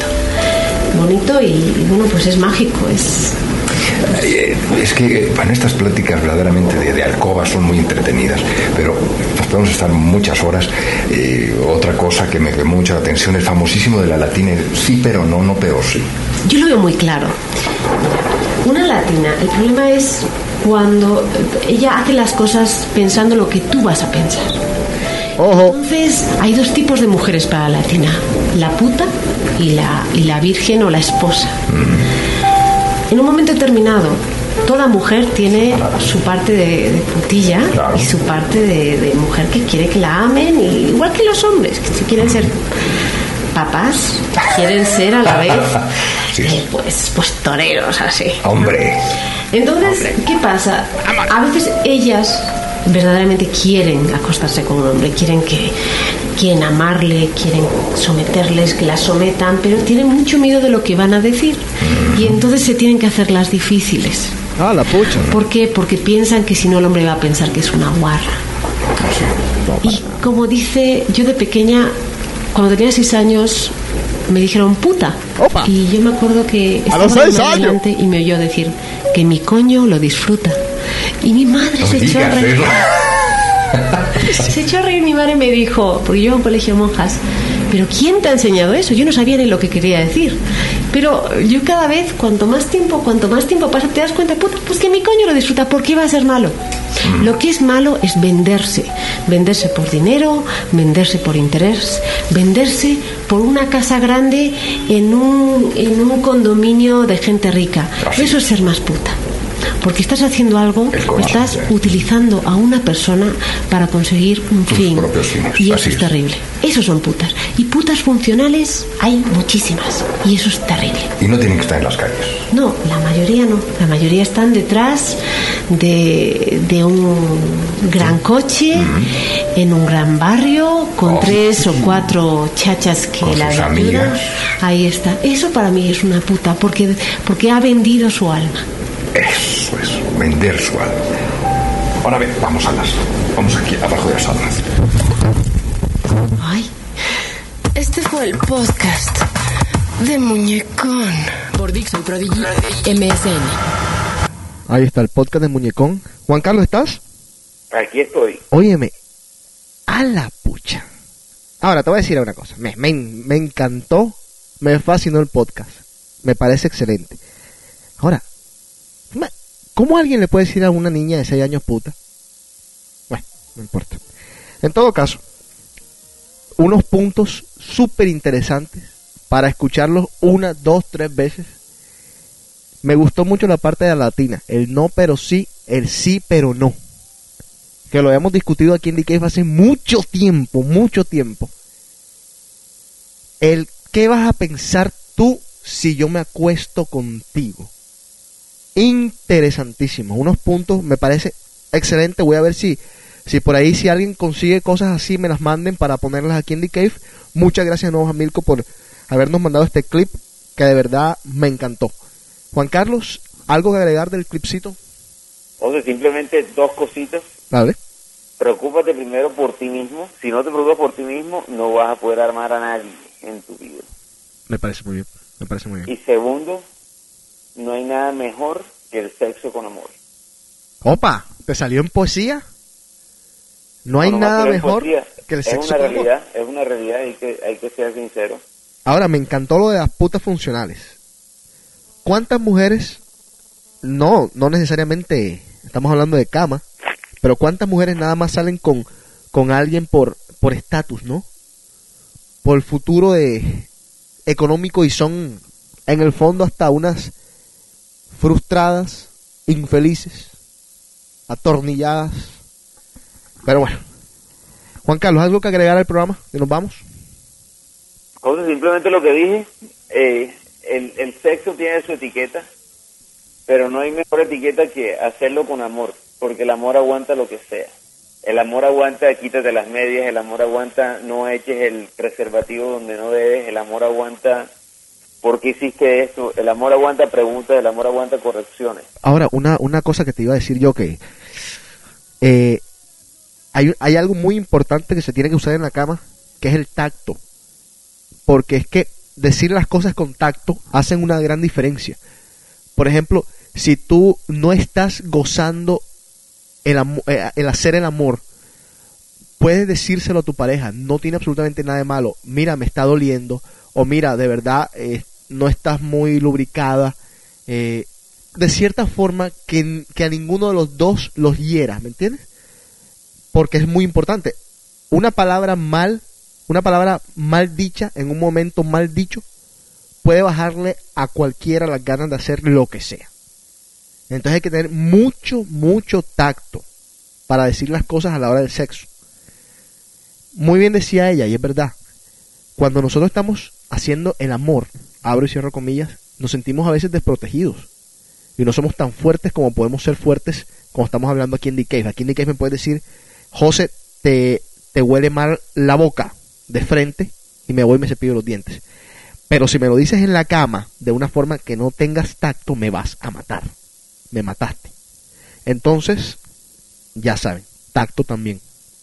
bonito y bueno, pues es mágico, es que, bueno, estas pláticas verdaderamente de alcoba son muy entretenidas, pero nos podemos estar muchas horas. Otra cosa que me llamó mucho la atención, el famosísimo de la latina, sí pero no, no pero sí. Yo lo veo muy claro. Una latina, el problema es cuando ella hace las cosas pensando lo que tú vas a pensar. Ojo. Entonces, hay dos tipos de mujeres para la latina: la puta y la virgen o la esposa. En un momento determinado, toda mujer tiene su parte de putilla, claro, y su parte de mujer que quiere que la amen, y igual que los hombres, que si quieren ser papás, quieren ser a la vez pues toreros, así. Hombre. Entonces, ¿qué pasa? A veces ellas verdaderamente quieren acostarse con un hombre, quieren amarle, quieren someterles, que la sometan, pero tienen mucho miedo de lo que van a decir, y entonces se tienen que hacer las difíciles. La pucha. ¿Por qué? Porque piensan que si no el hombre va a pensar que es una guarra. Y como dice, yo de pequeña, cuando tenía 6 años, me dijeron puta. Opa. Y yo me acuerdo que a los 6 años delante y me oyó decir que mi coño lo disfruta. Y mi madre se echó a reír. Se echó a reír mi madre y me dijo, porque yo en un colegio de monjas, ¿pero quién te ha enseñado eso? Yo no sabía ni lo que quería decir. Pero yo cada vez, cuanto más tiempo pasa, te das cuenta, puta, pues que mi coño lo disfruta. ¿Por qué va a ser malo? Lo que es malo es venderse por dinero, venderse por interés, venderse por una casa grande en un condominio de gente rica. Eso es ser más puta. porque estás haciendo algo, El coche, estás sí. utilizando a una persona para conseguir un Tus fin. propios fines, Y así eso es es. terrible. Esos son putas. Y putas funcionales hay muchísimas. Y eso es terrible. Y no tienen que estar en las calles. No, la mayoría no. La mayoría están detrás de un gran coche, en un gran barrio, con Oh, 3 o 4 chachas que con la sus aventuran. amigas. Ahí está. Eso para mí es una puta, porque ha vendido su alma. Eso es, vender su alma. Ahora bien, vamos aquí abajo de las sábanas. Ay, Este fue el podcast de Muñecón por Dixon Prodigy MSN. Ahí está el podcast de Muñecón. Juan Carlos, ¿estás? Aquí estoy. Óyeme, a la pucha. Ahora, te voy a decir una cosa. Me encantó, me fascinó el podcast. Me parece excelente. Ahora, ¿cómo alguien le puede decir a una niña de 6 años puta? Bueno, no importa. En todo caso, unos puntos súper interesantes para escucharlos 1, 2, 3 veces. Me gustó mucho la parte de la latina. El no pero sí, el sí pero no. Que lo habíamos discutido aquí en The Cave hace mucho tiempo. El ¿qué vas a pensar tú si yo me acuesto contigo? Interesantísimo. Unos puntos, me parece excelente. Voy a ver si por ahí, si alguien consigue cosas así, me las manden para ponerlas aquí en The Cave. Muchas gracias de nuevo a Milko por habernos mandado este clip, que de verdad me encantó. Juan Carlos, ¿algo que agregar del clipcito? O sea, simplemente 2 cositas. Vale. Preocúpate primero por ti mismo. Si no te preocupas por ti mismo, no vas a poder armar a nadie en tu vida. Me parece muy bien. Y segundo, no hay nada mejor que el sexo con amor. Opa, ¿te salió en poesía? No hay No, no nada más mejor poesía. que el Es sexo una con amor. realidad, es una realidad, hay que ser sincero. Ahora, me encantó lo de las putas funcionales. ¿Cuántas mujeres, no necesariamente estamos hablando de cama, pero cuántas mujeres nada más salen con alguien por estatus, ¿no? Por el futuro económico, y son en el fondo hasta unas frustradas, infelices, atornilladas. Pero bueno, Juan Carlos, ¿algo que agregar al programa? ¿Y nos vamos? O sea, simplemente lo que dije, el sexo tiene su etiqueta, pero no hay mejor etiqueta que hacerlo con amor, porque el amor aguanta lo que sea. El amor aguanta, quítate las medias, el amor aguanta, no eches el preservativo donde no debes, el amor aguanta, ¿por qué hiciste esto? El amor aguanta preguntas, el amor aguanta correcciones. Ahora, una cosa que te iba a decir yo, que hay algo muy importante que se tiene que usar en la cama, que es el tacto. Porque es que decir las cosas con tacto hacen una gran diferencia. Por ejemplo, si tú no estás gozando el hacer el amor, puedes decírselo a tu pareja, no tiene absolutamente nada de malo. Mira, me está doliendo, o mira, de verdad no estás muy lubricada, de cierta forma que a ninguno de los dos los hiera, ¿me entiendes? Porque es muy importante. Una palabra mal dicha en un momento mal dicho puede bajarle a cualquiera las ganas de hacer lo que sea. Entonces hay que tener mucho tacto para decir las cosas a la hora del sexo. Muy bien decía ella, y es verdad, cuando nosotros estamos haciendo el amor, abro y cierro comillas, nos sentimos a veces desprotegidos y no somos tan fuertes como podemos ser fuertes cuando estamos hablando aquí en The Cave. Aquí en The Cave me puedes decir, José, te huele mal la boca de frente, y me voy y me cepillo los dientes. Pero si me lo dices en la cama de una forma que no tengas tacto, me vas a matar. Me mataste. Entonces, ya saben, tacto también.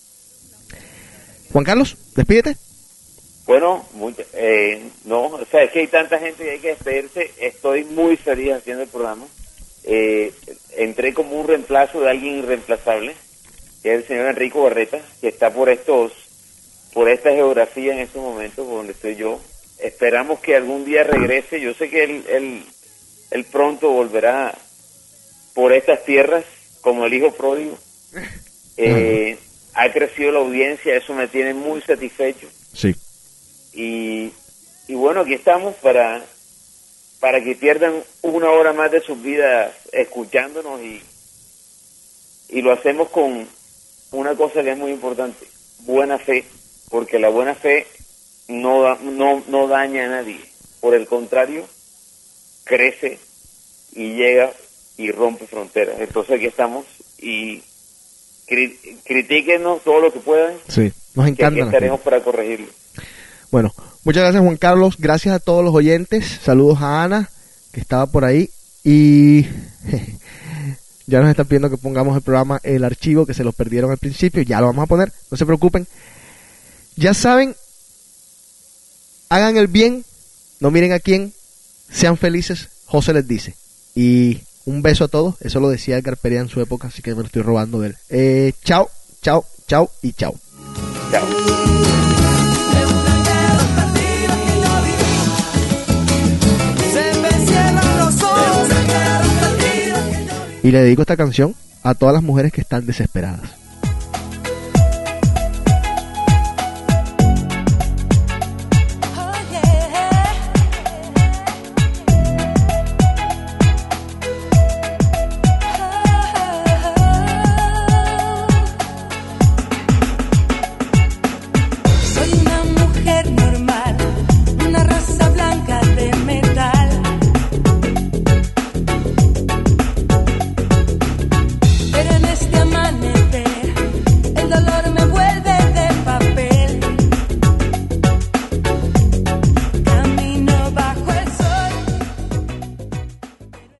Juan Carlos, despídete. Bueno, no, o sea, es que hay tanta gente que hay que despedirse. Estoy muy feliz haciendo el programa. Entré como un reemplazo de alguien irreemplazable, que es el señor Enrico Barreta, que está por esta geografía en estos momentos donde estoy yo. Esperamos que algún día regrese. Yo sé que él pronto volverá por estas tierras como el hijo pródigo. Ha crecido la audiencia, eso me tiene muy satisfecho. Sí. Y bueno, aquí estamos para para que pierdan una hora más de sus vidas escuchándonos y lo hacemos con una cosa que es muy importante, buena fe, porque la buena fe no daña a nadie, por el contrario, crece y llega y rompe fronteras. Entonces aquí estamos y critíquenos todo lo que puedan. Sí, nos que encanta. aquí estaremos para corregirlo. Bueno, muchas gracias Juan Carlos, gracias a todos los oyentes, saludos a Ana, que estaba por ahí, y ya nos están pidiendo que pongamos el programa, el archivo, que se los perdieron al principio, ya lo vamos a poner, no se preocupen. Ya saben, hagan el bien, no miren a quién, sean felices, José les dice. Y un beso a todos, eso lo decía Edgar Perea en su época, así que me lo estoy robando de él. Chao, chao, chao y chao. Chao. Y le dedico esta canción a todas las mujeres que están desesperadas.